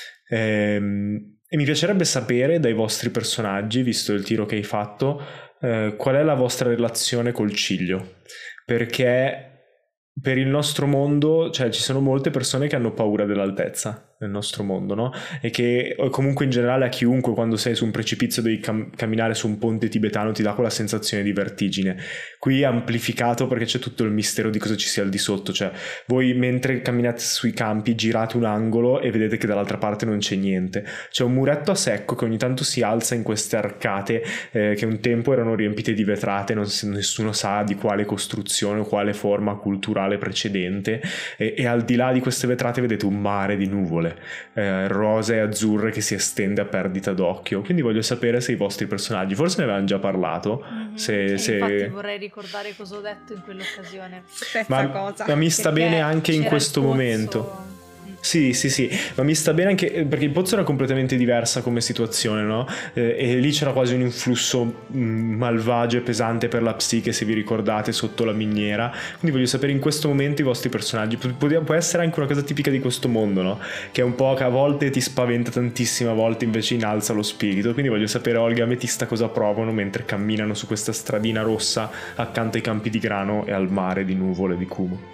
Ehm, e mi piacerebbe sapere dai vostri personaggi, visto il tiro che hai fatto, eh, qual è la vostra relazione col ciglio. Perché per il nostro mondo, cioè ci sono molte persone che hanno paura dell'altezza nel nostro mondo, no? E che comunque in generale a chiunque, quando sei su un precipizio devi cam- camminare su un ponte tibetano, ti dà quella sensazione di vertigine. Qui è amplificato perché c'è tutto il mistero di cosa ci sia al di sotto, cioè voi mentre camminate sui campi girate un angolo e vedete che dall'altra parte non c'è niente, c'è un muretto a secco che ogni tanto si alza in queste arcate eh, che un tempo erano riempite di vetrate, non, nessuno sa di quale costruzione o quale forma culturale precedente, e, e al di là di queste vetrate vedete un mare di nuvole eh, rosa e azzurre che si estende a perdita d'occhio. Quindi voglio sapere se i vostri personaggi, forse ne avevano già parlato, mm-hmm. se, se... infatti vorrei ricordare cosa ho detto in quell'occasione. Stessa ma, cosa ma mi sta Perché bene anche in questo momento. Sì, sì, sì, ma mi sta bene anche perché il pozzo era completamente diversa come situazione, no? Eh, e lì c'era quasi un influsso mh, malvagio e pesante per la psiche, se vi ricordate, sotto la miniera. Quindi voglio sapere in questo momento i vostri personaggi. Pu- può essere anche una cosa tipica di questo mondo, no? Che è un po' che a volte ti spaventa tantissimo, a volte invece innalza lo spirito. Quindi voglio sapere Olga e Ametista cosa provano mentre camminano su questa stradina rossa accanto ai campi di grano e al mare di nuvole di Kumo.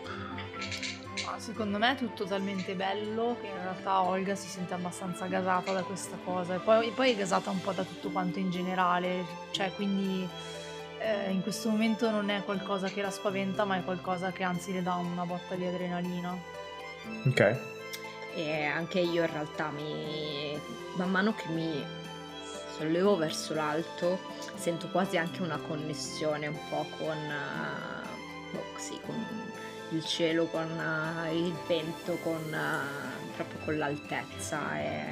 Secondo me è tutto talmente bello che in realtà Olga si sente abbastanza gasata da questa cosa e poi, poi è gasata un po' da tutto quanto in generale, cioè quindi eh, in questo momento non è qualcosa che la spaventa, ma è qualcosa che anzi le dà una botta di adrenalina. Ok. E anche io in realtà mi man mano che mi sollevo verso l'alto sento quasi anche una connessione un po' con uh, oh, sì, con il cielo, con uh, il vento, con uh, proprio con l'altezza, e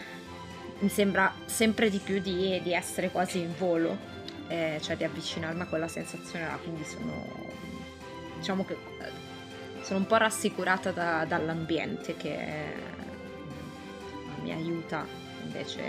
mi sembra sempre di più di, di essere quasi in volo, eh, cioè di avvicinarmi a quella sensazione là, quindi sono diciamo che sono un po' rassicurata da, dall'ambiente che eh, mi aiuta invece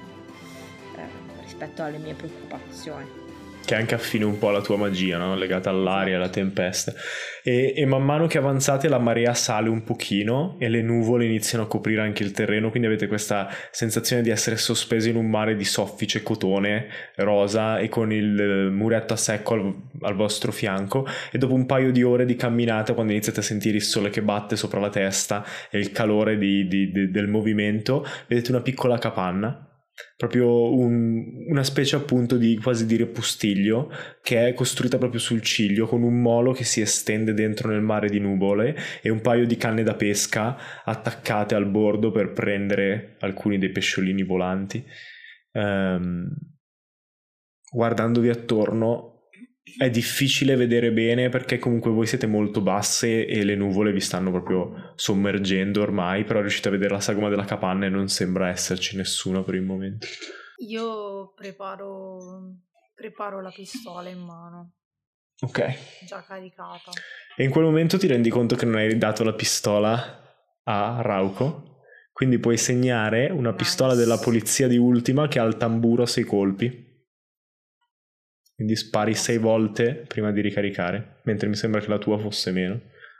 eh, rispetto alle mie preoccupazioni. Che anche affine un po' alla tua magia, no? Legata all'aria, alla tempesta. E, e man mano che avanzate la marea sale un pochino e le nuvole iniziano a coprire anche il terreno, quindi avete questa sensazione di essere sospesi in un mare di soffice cotone rosa e con il muretto a secco al, al vostro fianco, e dopo un paio di ore di camminata, quando iniziate a sentire il sole che batte sopra la testa e il calore di, di, di, del movimento, vedete una piccola capanna, proprio un, una specie appunto di quasi di repustiglio che è costruita proprio sul ciglio, con un molo che si estende dentro nel mare di nuvole e un paio di canne da pesca attaccate al bordo per prendere alcuni dei pesciolini volanti. Um, guardandovi attorno è difficile vedere bene perché comunque voi siete molto basse e le nuvole vi stanno proprio sommergendo ormai, però riuscite a vedere la sagoma della capanna e non sembra esserci nessuno per il momento. Io preparo preparo la pistola in mano. Ok. Già caricata. E in quel momento ti rendi conto che non hai dato la pistola a Rauco, quindi puoi segnare una Nice. pistola della polizia di Ultima che ha il tamburo a sei colpi. Quindi spari sei volte prima di ricaricare, mentre mi sembra che la tua fosse meno.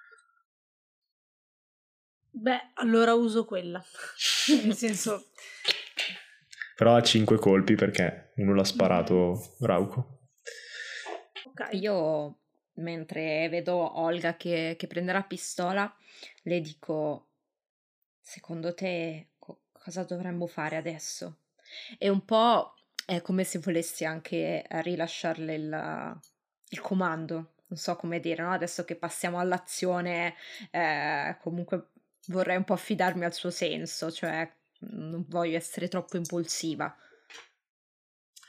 Beh, allora uso quella. Nel senso... Però ha cinque colpi perché uno l'ha sparato Rauco. Ok. Io, mentre vedo Olga che, che prende la pistola, le dico: secondo te co- cosa dovremmo fare adesso? E un po' è come se volessi anche rilasciarle il, il comando, non so come dire, no? Adesso che passiamo all'azione, eh, comunque vorrei un po' affidarmi al suo senso, cioè non voglio essere troppo impulsiva.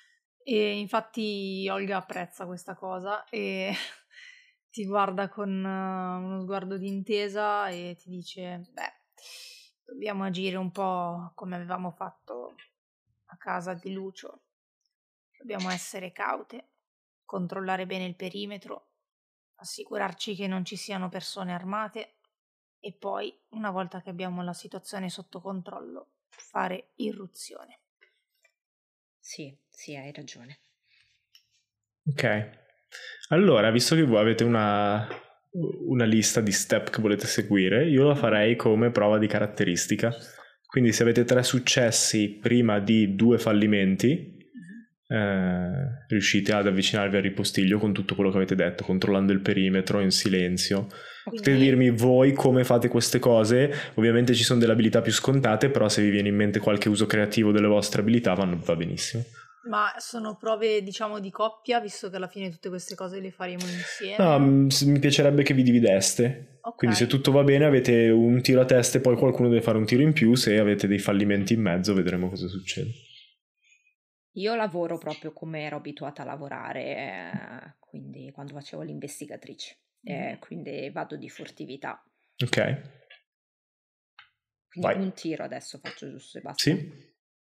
E infatti Olga apprezza questa cosa e ti guarda con uh, uno sguardo di intesa e ti dice: beh, dobbiamo agire un po' come avevamo fatto a casa di Lucio. Dobbiamo essere caute, controllare bene il perimetro, assicurarci che non ci siano persone armate e poi, una volta che abbiamo la situazione sotto controllo, fare irruzione. Sì, sì, hai ragione. Ok. Allora, visto che voi avete una, una lista di step che volete seguire, io la farei come prova di caratteristica. Quindi se avete tre successi prima di due fallimenti, eh, riuscite ad avvicinarvi al ripostiglio con tutto quello che avete detto, controllando il perimetro in silenzio. Potete Quindi- dirmi voi come fate queste cose. Ovviamente ci sono delle abilità più scontate, però se vi viene in mente qualche uso creativo delle vostre abilità vanno, va benissimo. Ma sono prove, diciamo, di coppia, visto che alla fine tutte queste cose le faremo insieme. No, m- s- mi piacerebbe che vi divideste. Ok. Quindi se tutto va bene avete un tiro a testa e poi qualcuno deve fare un tiro in più. Se avete dei fallimenti in mezzo vedremo cosa succede. Io lavoro proprio come ero abituata a lavorare, eh, quindi quando facevo l'investigatrice, eh, Mhm. quindi vado di furtività. Ok, Quindi vai. un tiro adesso faccio, giusto e basta. Sì?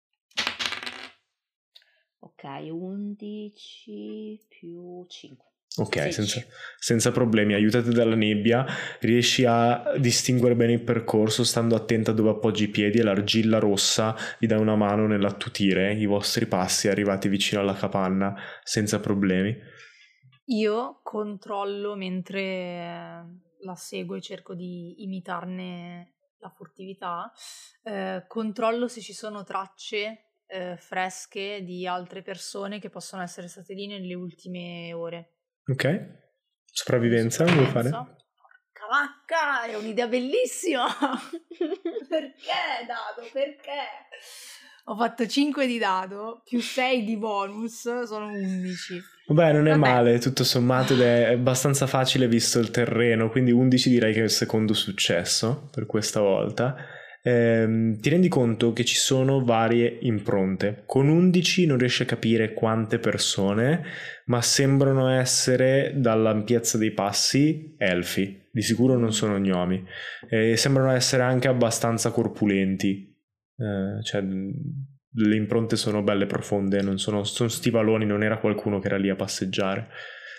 Ok, undici più cinque. Ok, sedici. senza, senza problemi, aiutate dalla nebbia, riesci a distinguere bene il percorso stando attenta dove appoggi i piedi e l'argilla rossa vi dà una mano nell'attutire i vostri passi arrivati vicino alla capanna senza problemi. Io controllo mentre eh, la seguo e cerco di imitarne la furtività, eh, controllo se ci sono tracce eh, fresche di altre persone che possono essere state lì nelle ultime ore. Ok? Sopravvivenza, vuoi fare? Porca vacca, è un'idea bellissima! Perché dado? Perché? Ho fatto cinque di dado più sei di bonus, sono undici. Vabbè, non è Vabbè. male, tutto sommato, ed è abbastanza facile visto il terreno, quindi undici direi che è il secondo successo per questa volta. Ehm, ti rendi conto che ci sono varie impronte. Con undici non riesci a capire quante persone, ma sembrano essere, dall'ampiezza dei passi, elfi. Di sicuro non sono gnomi. E sembrano essere anche abbastanza corpulenti. Eh, cioè, le impronte sono belle profonde, non sono, sono stivaloni, non era qualcuno che era lì a passeggiare.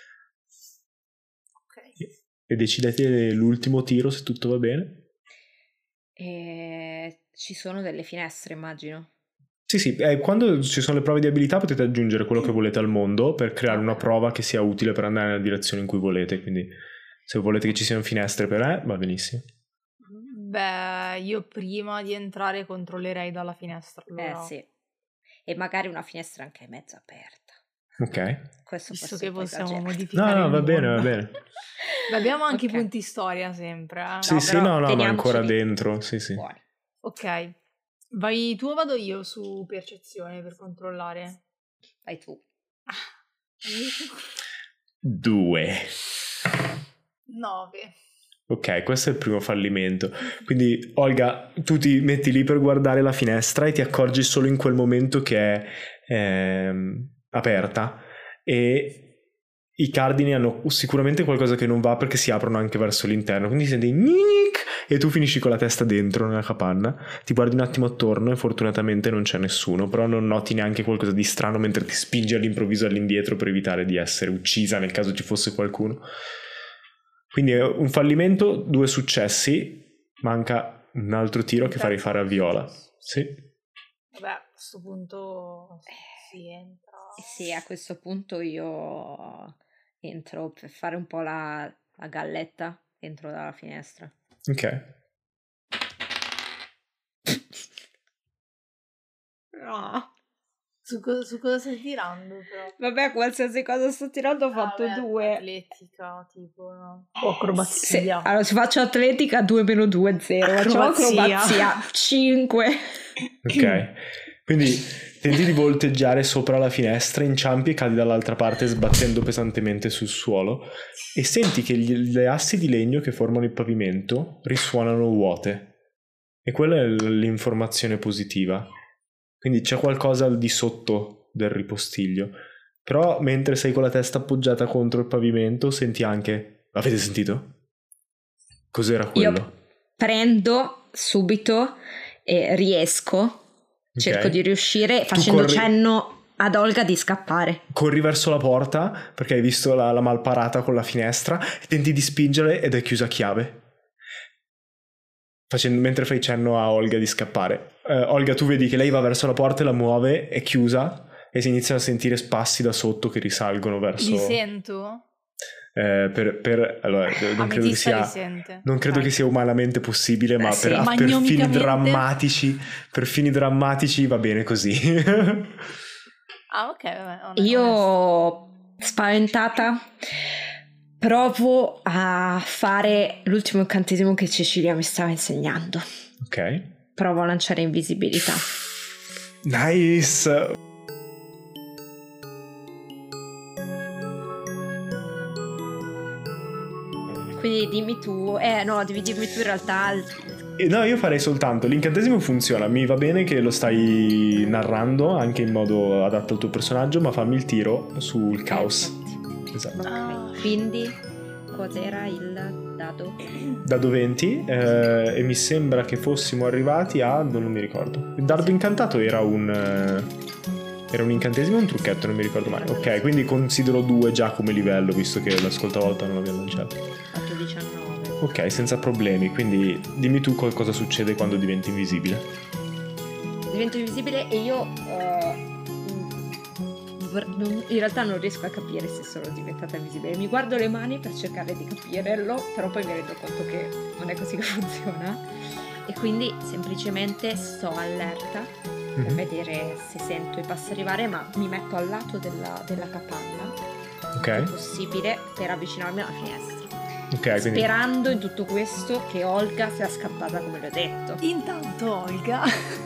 Ok. E decidete l'ultimo tiro se tutto va bene. E ci sono delle finestre, immagino. Sì, sì, eh, quando ci sono le prove di abilità potete aggiungere quello che volete al mondo per creare una prova che sia utile per andare nella direzione in cui volete, quindi se volete che ci siano finestre per eh, va benissimo. Beh, io prima di entrare controllerei dalla finestra. Allora. Eh sì. E magari una finestra anche mezzo aperta. Ok. Questo Visto forse che un po' possiamo esagerato. modificare No, no, il va bene, mondo. va bene. Beh, abbiamo anche Ok. i punti storia sempre. Eh? Sì, No, sì, però no, no, ma teniamoceli ancora dentro, sì, sì. Buoni. Ok. Vai tu o vado io su percezione per controllare? Vai tu. Due. nove. Ok, questo è il primo fallimento. Quindi, Olga, tu ti metti lì per guardare la finestra e ti accorgi solo in quel momento che è ehm, aperta e i cardini hanno sicuramente qualcosa che non va perché si aprono anche verso l'interno. Quindi senti gnic e tu finisci con la testa dentro nella capanna. Ti guardi un attimo attorno e fortunatamente non c'è nessuno, però non noti neanche qualcosa di strano mentre ti spingi all'improvviso all'indietro per evitare di essere uccisa nel caso ci fosse qualcuno. Quindi è un fallimento, due successi, manca un altro tiro che farei fare a Viola. Sì. Vabbè, a questo punto si entra. Sì, a questo punto io entro per fare un po' la, la galletta, entro dalla finestra. Ok. No. Su, co- su cosa stai tirando però? Vabbè, qualsiasi cosa sto tirando ho fatto Ah, beh, due. Atletica, tipo, no? O Se, acrobazia. allora, se faccio atletica due meno due, zero. Facciamo Acrobazia. acrobazia, cinque. Ok. Quindi tenti di volteggiare sopra la finestra, inciampi e cadi dall'altra parte sbattendo pesantemente sul suolo e senti che gli, le assi di legno che formano il pavimento risuonano vuote. E quella è l'informazione positiva. Quindi c'è qualcosa al di sotto del ripostiglio. Però mentre sei con la testa appoggiata contro il pavimento senti anche... Avete sentito? Cos'era quello? Io prendo subito e riesco, cerco Okay. di riuscire Tu facendo corri- cenno ad Olga di scappare. Corri verso la porta perché hai visto la, la malparata con la finestra e tenti di spingere ed è chiusa a chiave. Facendo, mentre fai cenno a Olga di scappare. Eh, Olga, tu vedi che lei va verso la porta e la muove, è chiusa e si iniziano a sentire spassi da sotto che risalgono verso... Li sento? Eh, per, per, allora, non credo che Ametista sia, li sente. non credo Ok. che sia umanamente possibile, Beh, ma sì. per, per fini Magnomicamente. drammatici, per fini drammatici va bene così. Ah, ok, vabbè. on- onesto. Io, spaventata, provo a fare l'ultimo incantesimo che Cecilia mi stava insegnando. Ok. Provo a lanciare invisibilità. Nice. Quindi dimmi tu, eh no, devi dirmi tu in realtà. Eh, No, io farei soltanto l'incantesimo funziona, mi va bene che lo stai narrando anche in modo adatto al tuo personaggio, ma fammi il tiro sul caos. Perfetti. Esatto. Ok, Ah. quindi cos'era il dado? Dado venti eh, e mi sembra che fossimo arrivati a... non mi ricordo. Il dardo incantato era un... eh, era un incantesimo o un trucchetto, non mi ricordo mai. Ok, quindi considero due già come livello, visto che la scorsa volta non l'abbiamo lanciato. fatto diciannove. Ok, senza problemi, quindi dimmi tu co- cosa succede quando diventi invisibile. Divento invisibile e io eh, vor- non- in realtà non riesco a capire se sono diventata invisibile. Mi guardo le mani per cercare di capirlo, però poi mi rendo conto che non è così che funziona e quindi semplicemente sto allerta per Mhm. vedere se sento i passi arrivare, ma mi metto al lato della, della capanna il più Ok, possibile per avvicinarmi alla finestra, ok, quindi... sperando in tutto questo che Olga sia scappata come le ho detto. Intanto Olga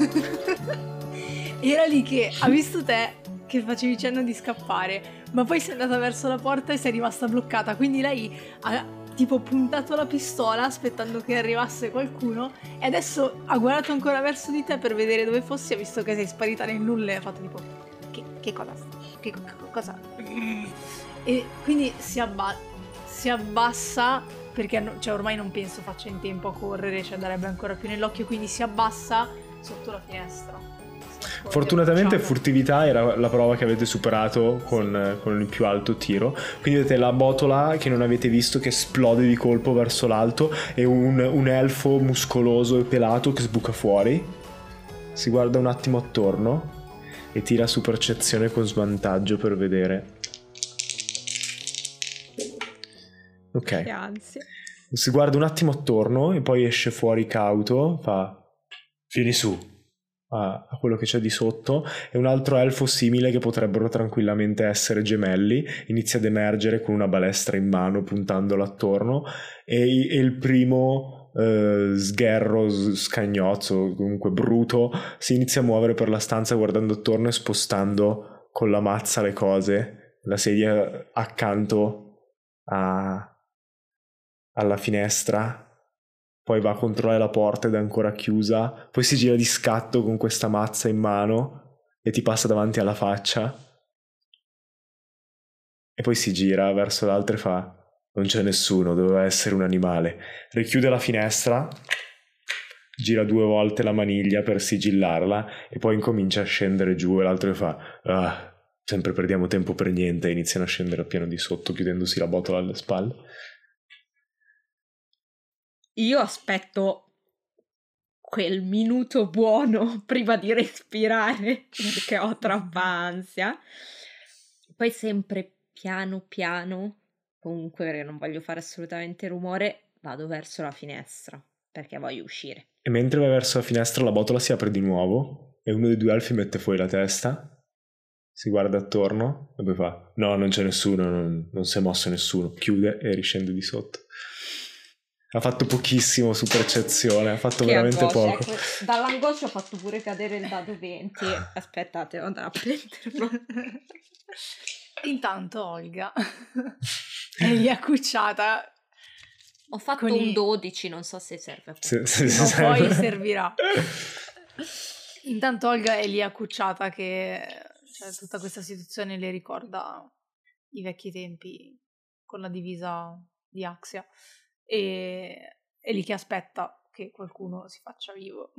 era lì che ha visto te che facevi cenno di scappare, ma poi sei andata verso la porta e sei rimasta bloccata, quindi lei ha tipo puntato la pistola aspettando che arrivasse qualcuno e adesso ha guardato ancora verso di te per vedere dove fossi, ha visto che sei sparita nel nulla e ha fatto tipo che, che cosa? Che, che cosa? E quindi si, abba- si abbassa perché no- cioè, ormai non penso faccia in tempo a correre, ci andrebbe ancora più nell'occhio, quindi si abbassa sotto la finestra. Si nasconde, Fortunatamente diciamo. furtività era la prova che avete superato con, con il più alto tiro. Quindi vedete la botola che non avete visto che esplode di colpo verso l'alto e un, un elfo muscoloso e pelato che sbuca fuori. Si guarda un attimo attorno e tira su percezione con svantaggio per vedere. Ok. Che ansia. Si guarda un attimo attorno e poi esce fuori cauto, fa vieni su a, a quello che c'è di sotto e un altro elfo simile che potrebbero tranquillamente essere gemelli inizia ad emergere con una balestra in mano puntandolo attorno e, e il primo eh, sgherro, s- scagnozzo, comunque bruto, si inizia a muovere per la stanza guardando attorno e spostando con la mazza le cose, la sedia accanto a alla finestra, poi va a controllare la porta ed è ancora chiusa, poi si gira di scatto con questa mazza in mano e ti passa davanti alla faccia e poi si gira verso l'altra e fa non c'è nessuno, doveva essere un animale, richiude la finestra, gira due volte la maniglia per sigillarla e poi incomincia a scendere giù e l'altro fa ah, sempre perdiamo tempo per niente e iniziano a scendere a piano di sotto chiudendosi la botola alle spalle. Io aspetto quel minuto buono prima di respirare perché ho troppa ansia. Poi sempre piano piano, comunque perché non voglio fare assolutamente rumore, vado verso la finestra perché voglio uscire. E mentre vai verso la finestra la botola si apre di nuovo e uno dei due elfi mette fuori la testa, si guarda attorno e poi fa no, non c'è nessuno, non, non si è mosso nessuno, chiude e riscende di sotto. Ha fatto pochissimo su percezione, ha fatto Che veramente angoscia, poco. ecco, dall'angoscia ho fatto pure cadere il dado venti. Aspettate, vado a prenderlo. Intanto Olga è lì accucciata. Ho fatto Con un i- dodici, non so se serve a Se- qualcosa. se- No, se- poi servirà. Intanto Olga è lì accucciata che cioè, tutta questa situazione le ricorda i vecchi tempi con la divisa di Axia e è lì che aspetta che qualcuno si faccia vivo.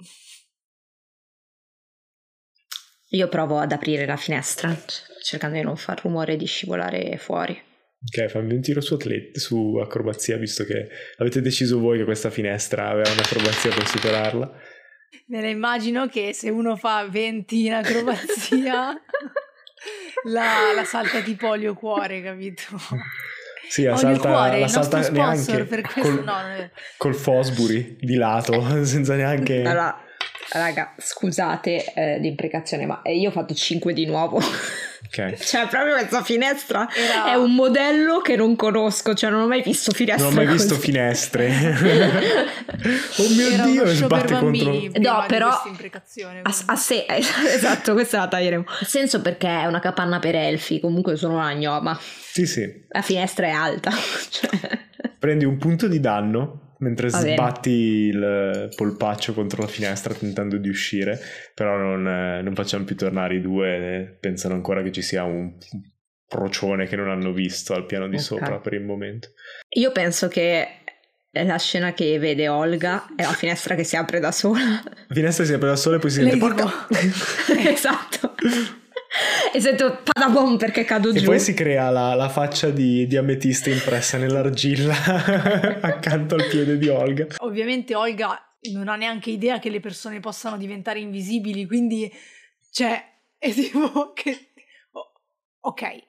Io provo ad aprire la finestra cercando di non far rumore e di scivolare fuori. Ok, fammi un tiro su, atlet- su acrobazia, visto che avete deciso voi che questa finestra aveva un'acrobazia per superarla. Me la immagino che se uno fa venti in acrobazia la, la salta tipo olio cuore, capito? Sì, la olio salta, cuore, la il salta nostro sponsor neanche per questo. col, No, non è... col Fosbury di lato, senza neanche... Allora, raga, scusate eh, l'imprecazione, ma io ho fatto cinque di nuovo. Okay. Cioè, proprio questa finestra Era... è un modello che non conosco, cioè non ho mai visto finestre. Non ho mai così. visto finestre. Oh mio Era Dio, e show sbatte per contro... No, però a, a se... esatto, questa la taglieremo. Nel senso, perché è una capanna per elfi, comunque sono una gnoma. Sì, sì. La finestra è alta. Cioè... Prendi un punto di danno mentre Va bene. sbatti il polpaccio contro la finestra tentando di uscire, però non, eh, non facciamo più tornare i due, eh, pensano ancora che ci sia un procione che non hanno visto al piano di Ok. sopra per il momento. Io penso che la scena che vede Olga è la finestra che si apre da sola. La finestra si apre da sola e poi si sente Lei porca... Esatto. E sento padabom perché cado E giù. poi si crea la, la faccia di, di ametista impressa nell'argilla accanto al piede di Olga. Ovviamente Olga non ha neanche idea che le persone possano diventare invisibili, quindi cioè è tipo che oh, ok eh,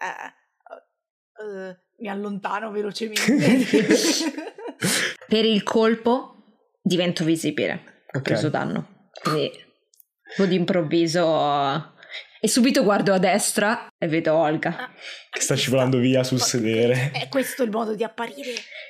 eh, mi allontano velocemente. Per il colpo divento visibile. Ho Ok. preso danno. Quindi tipo d'improvviso e subito guardo a destra e vedo Olga. Che sta scivolando via sul sedere. È questo il modo di apparire.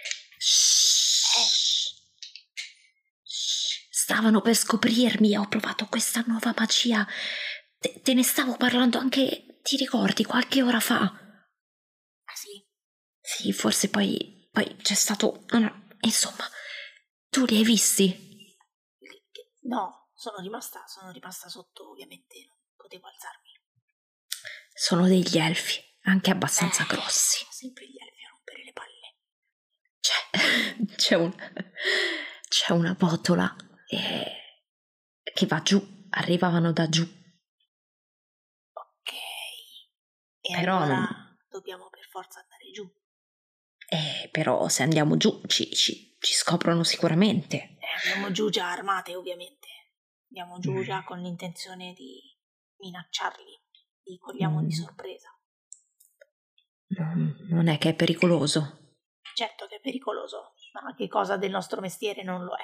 Stavano per scoprirmi, ho provato questa nuova magia. Te, te ne stavo parlando anche, ti ricordi, qualche ora fa? Ah sì? Sì, forse poi, poi c'è stato... no, insomma, tu li hai visti? No, sono rimasta, sono rimasta sotto, ovviamente non potevo alzarmi. Sono degli elfi, anche abbastanza Eh, grossi. Sempre gli elfi a rompere le palle. C'è, c'è, un, c'è una botola eh, che va giù, arrivavano da giù. Ok. E Però allora non- dobbiamo per forza andare giù. Eh, però se andiamo giù ci, ci, ci scoprono sicuramente. Eh, andiamo giù già armate, ovviamente. Andiamo giù già con l'intenzione di minacciarli. Li cogliamo di Mm. sorpresa. Non, non è che è pericoloso. Certo che è pericoloso, ma che cosa del nostro mestiere non lo è.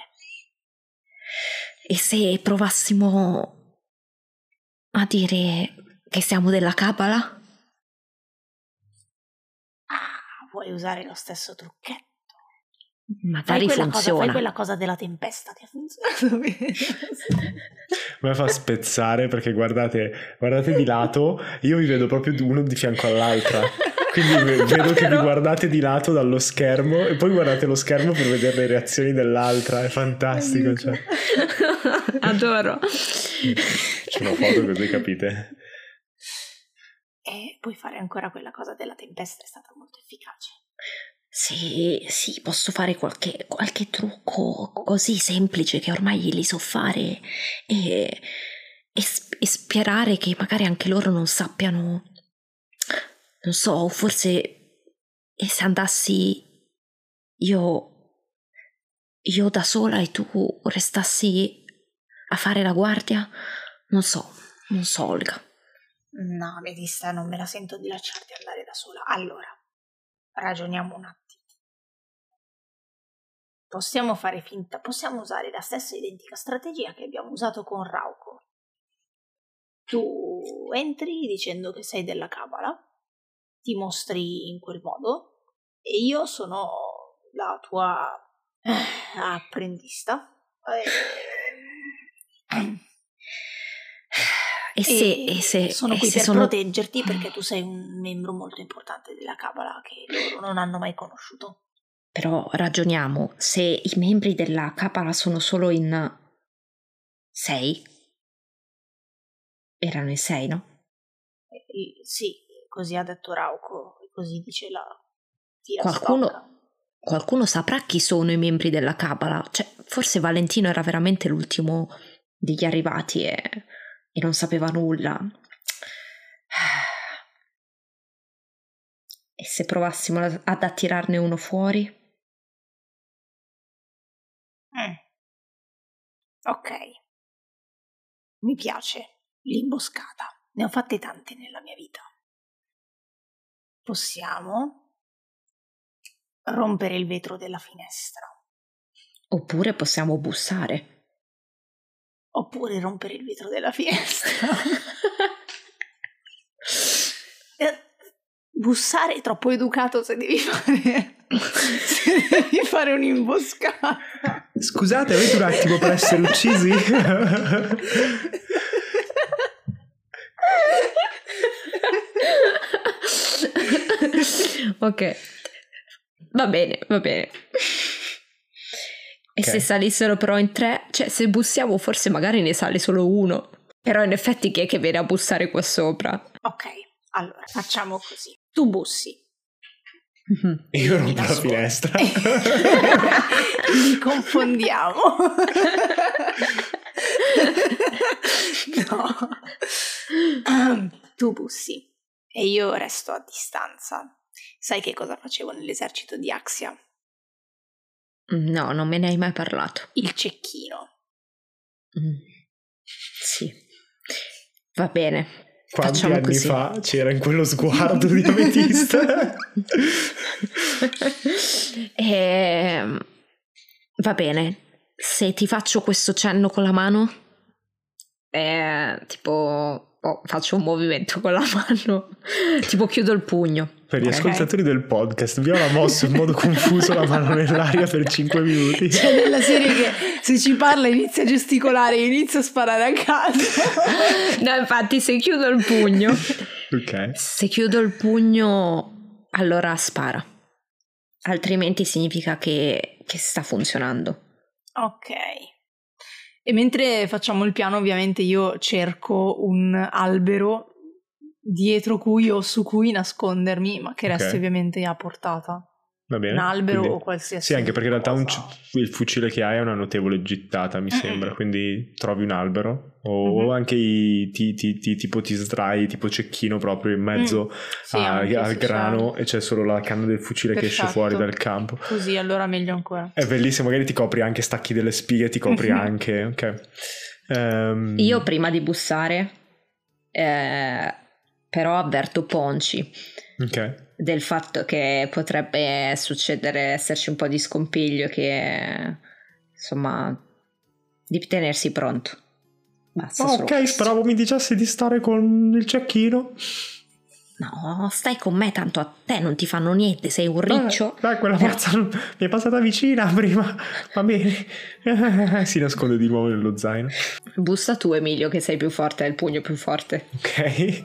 E se provassimo a dire che siamo della Cabala? Ah, vuoi usare lo stesso trucchetto? Magari Fai quella, cosa, funziona. fai quella cosa della tempesta che ha funzionato bene. Me fa spezzare perché guardate, guardate di lato, io vi vedo proprio uno di fianco all'altra. Quindi ve- vedo che vi guardate di lato dallo schermo e poi guardate lo schermo per vedere le reazioni dell'altra. È fantastico. Cioè. Adoro. C'è una foto così capite. E puoi fare ancora quella cosa della tempesta, è stata molto efficace. Sì, sì, posso fare qualche, qualche trucco così semplice che ormai li so fare e, e, sp- e sperare che magari anche loro non sappiano, non so, forse e se andassi io, io da sola e tu restassi a fare la guardia, non so, non so Olga. No, Ametista, non me la sento di lasciarti andare da sola. Allora, ragioniamo un attimo. Possiamo fare finta, possiamo usare la stessa identica strategia che abbiamo usato con Rauco. Tu entri dicendo che sei della Cabala, ti mostri in quel modo e io sono la tua eh, apprendista. Eh, E se, e se, sono e qui se per sono... proteggerti perché tu sei un membro molto importante della Cabala che loro non hanno mai conosciuto. Però ragioniamo, se i membri della Cabala sono solo in sei, erano in sei, no? Eh, sì, così ha detto Rauco, così dice la qualcuno, qualcuno saprà chi sono i membri della Cabala? Cioè, forse Valentino era veramente l'ultimo degli arrivati e, e non sapeva nulla. E se provassimo ad attirarne uno fuori? Mm. Ok, mi piace l'imboscata, ne ho fatte tante nella mia vita. Possiamo rompere il vetro della finestra. Oppure possiamo bussare. Oppure rompere il vetro della finestra. eh, bussare è troppo educato se devi fare se devi fare un'imboscata. Scusate, avete un attimo per essere uccisi? Ok, va bene, va bene. E okay. Se salissero però in tre, cioè se bussiamo forse magari ne sale solo uno. Però in effetti chi è che viene a bussare qua sopra? Ok, allora facciamo così. Tu bussi. Mm-hmm. Io rompo la finestra. Li confondiamo. No. Um, tu bussi e io resto a distanza. Sai che cosa facevo nell'esercito di Axia? No, non me ne hai mai parlato. Il cecchino. Mm. Sì, va bene. Quanti Facciamo anni così. fa c'era in quello sguardo di Ametista? e... Va bene. Se ti faccio questo cenno con la mano, eh, tipo oh, faccio un movimento con la mano, tipo chiudo il pugno. Per gli okay. ascoltatori del podcast, Viola ha mosso in modo confuso la mano nell'aria per cinque minuti. C'è nella serie che se ci parla inizia a gesticolare e inizia a sparare a caso. No, infatti se chiudo il pugno, okay. se chiudo il pugno allora spara, altrimenti significa che, che sta funzionando. Ok. E mentre facciamo il piano ovviamente io cerco un albero dietro cui o su cui nascondermi, ma che resti okay. ovviamente a portata. Va bene. Un albero quindi, o qualsiasi sì, anche perché in realtà un, il fucile che hai è una notevole gittata, mi mm-hmm. sembra, quindi trovi un albero o mm-hmm. anche i ti, ti, ti, tipo ti sdrai, tipo cecchino proprio in mezzo mm. sì, a, al grano c'è. E c'è solo la canna del fucile Perfetto. Che esce fuori dal campo. Così allora meglio ancora. È bellissimo, magari ti copri anche, stacchi delle spighe, ti copri anche, ok. Um... Io prima di bussare eh, però avverto Ponci okay. del fatto che potrebbe succedere, esserci un po' di scompiglio, che insomma di tenersi pronto. Basta, oh, ok, speravo mi dicessi di stare con il cecchino. No, stai con me, tanto a te non ti fanno niente, sei un riccio. Dai, quella forza mi è passata vicina prima, va bene. Si nasconde di nuovo nello zaino. Bussa tu, Emilio, che sei più forte, hai il pugno più forte. Ok.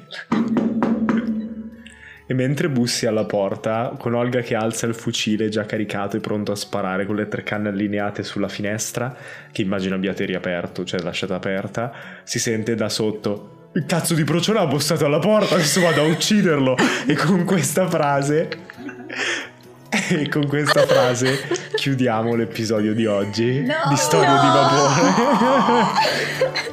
E mentre bussi alla porta, con Olga che alza il fucile già caricato e pronto a sparare con le tre canne allineate sulla finestra, che immagino abbiate riaperto, cioè lasciata aperta, si sente da sotto: il cazzo di procione ha bussato alla porta, adesso vado a ucciderlo. E con questa frase e con questa frase chiudiamo l'episodio di oggi no, di Storie no. di Vapore.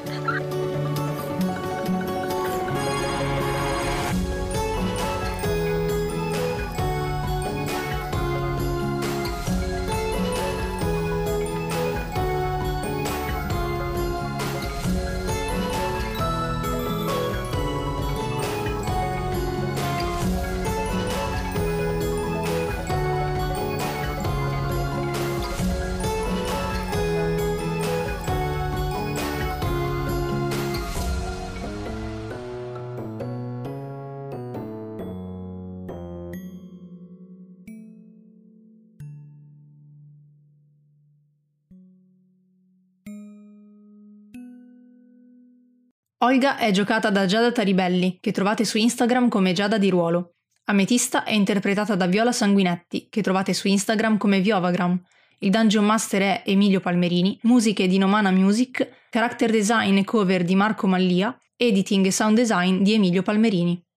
Olga è giocata da Giada Taribelli, che trovate su Instagram come Giada di Ruolo. Ametista è interpretata da Viola Sanguinetti, che trovate su Instagram come Viovagram. Il Dungeon Master è Emilio Palmerini, musiche di Nomana Music, character design e cover di Marco Mallia, editing e sound design di Emilio Palmerini.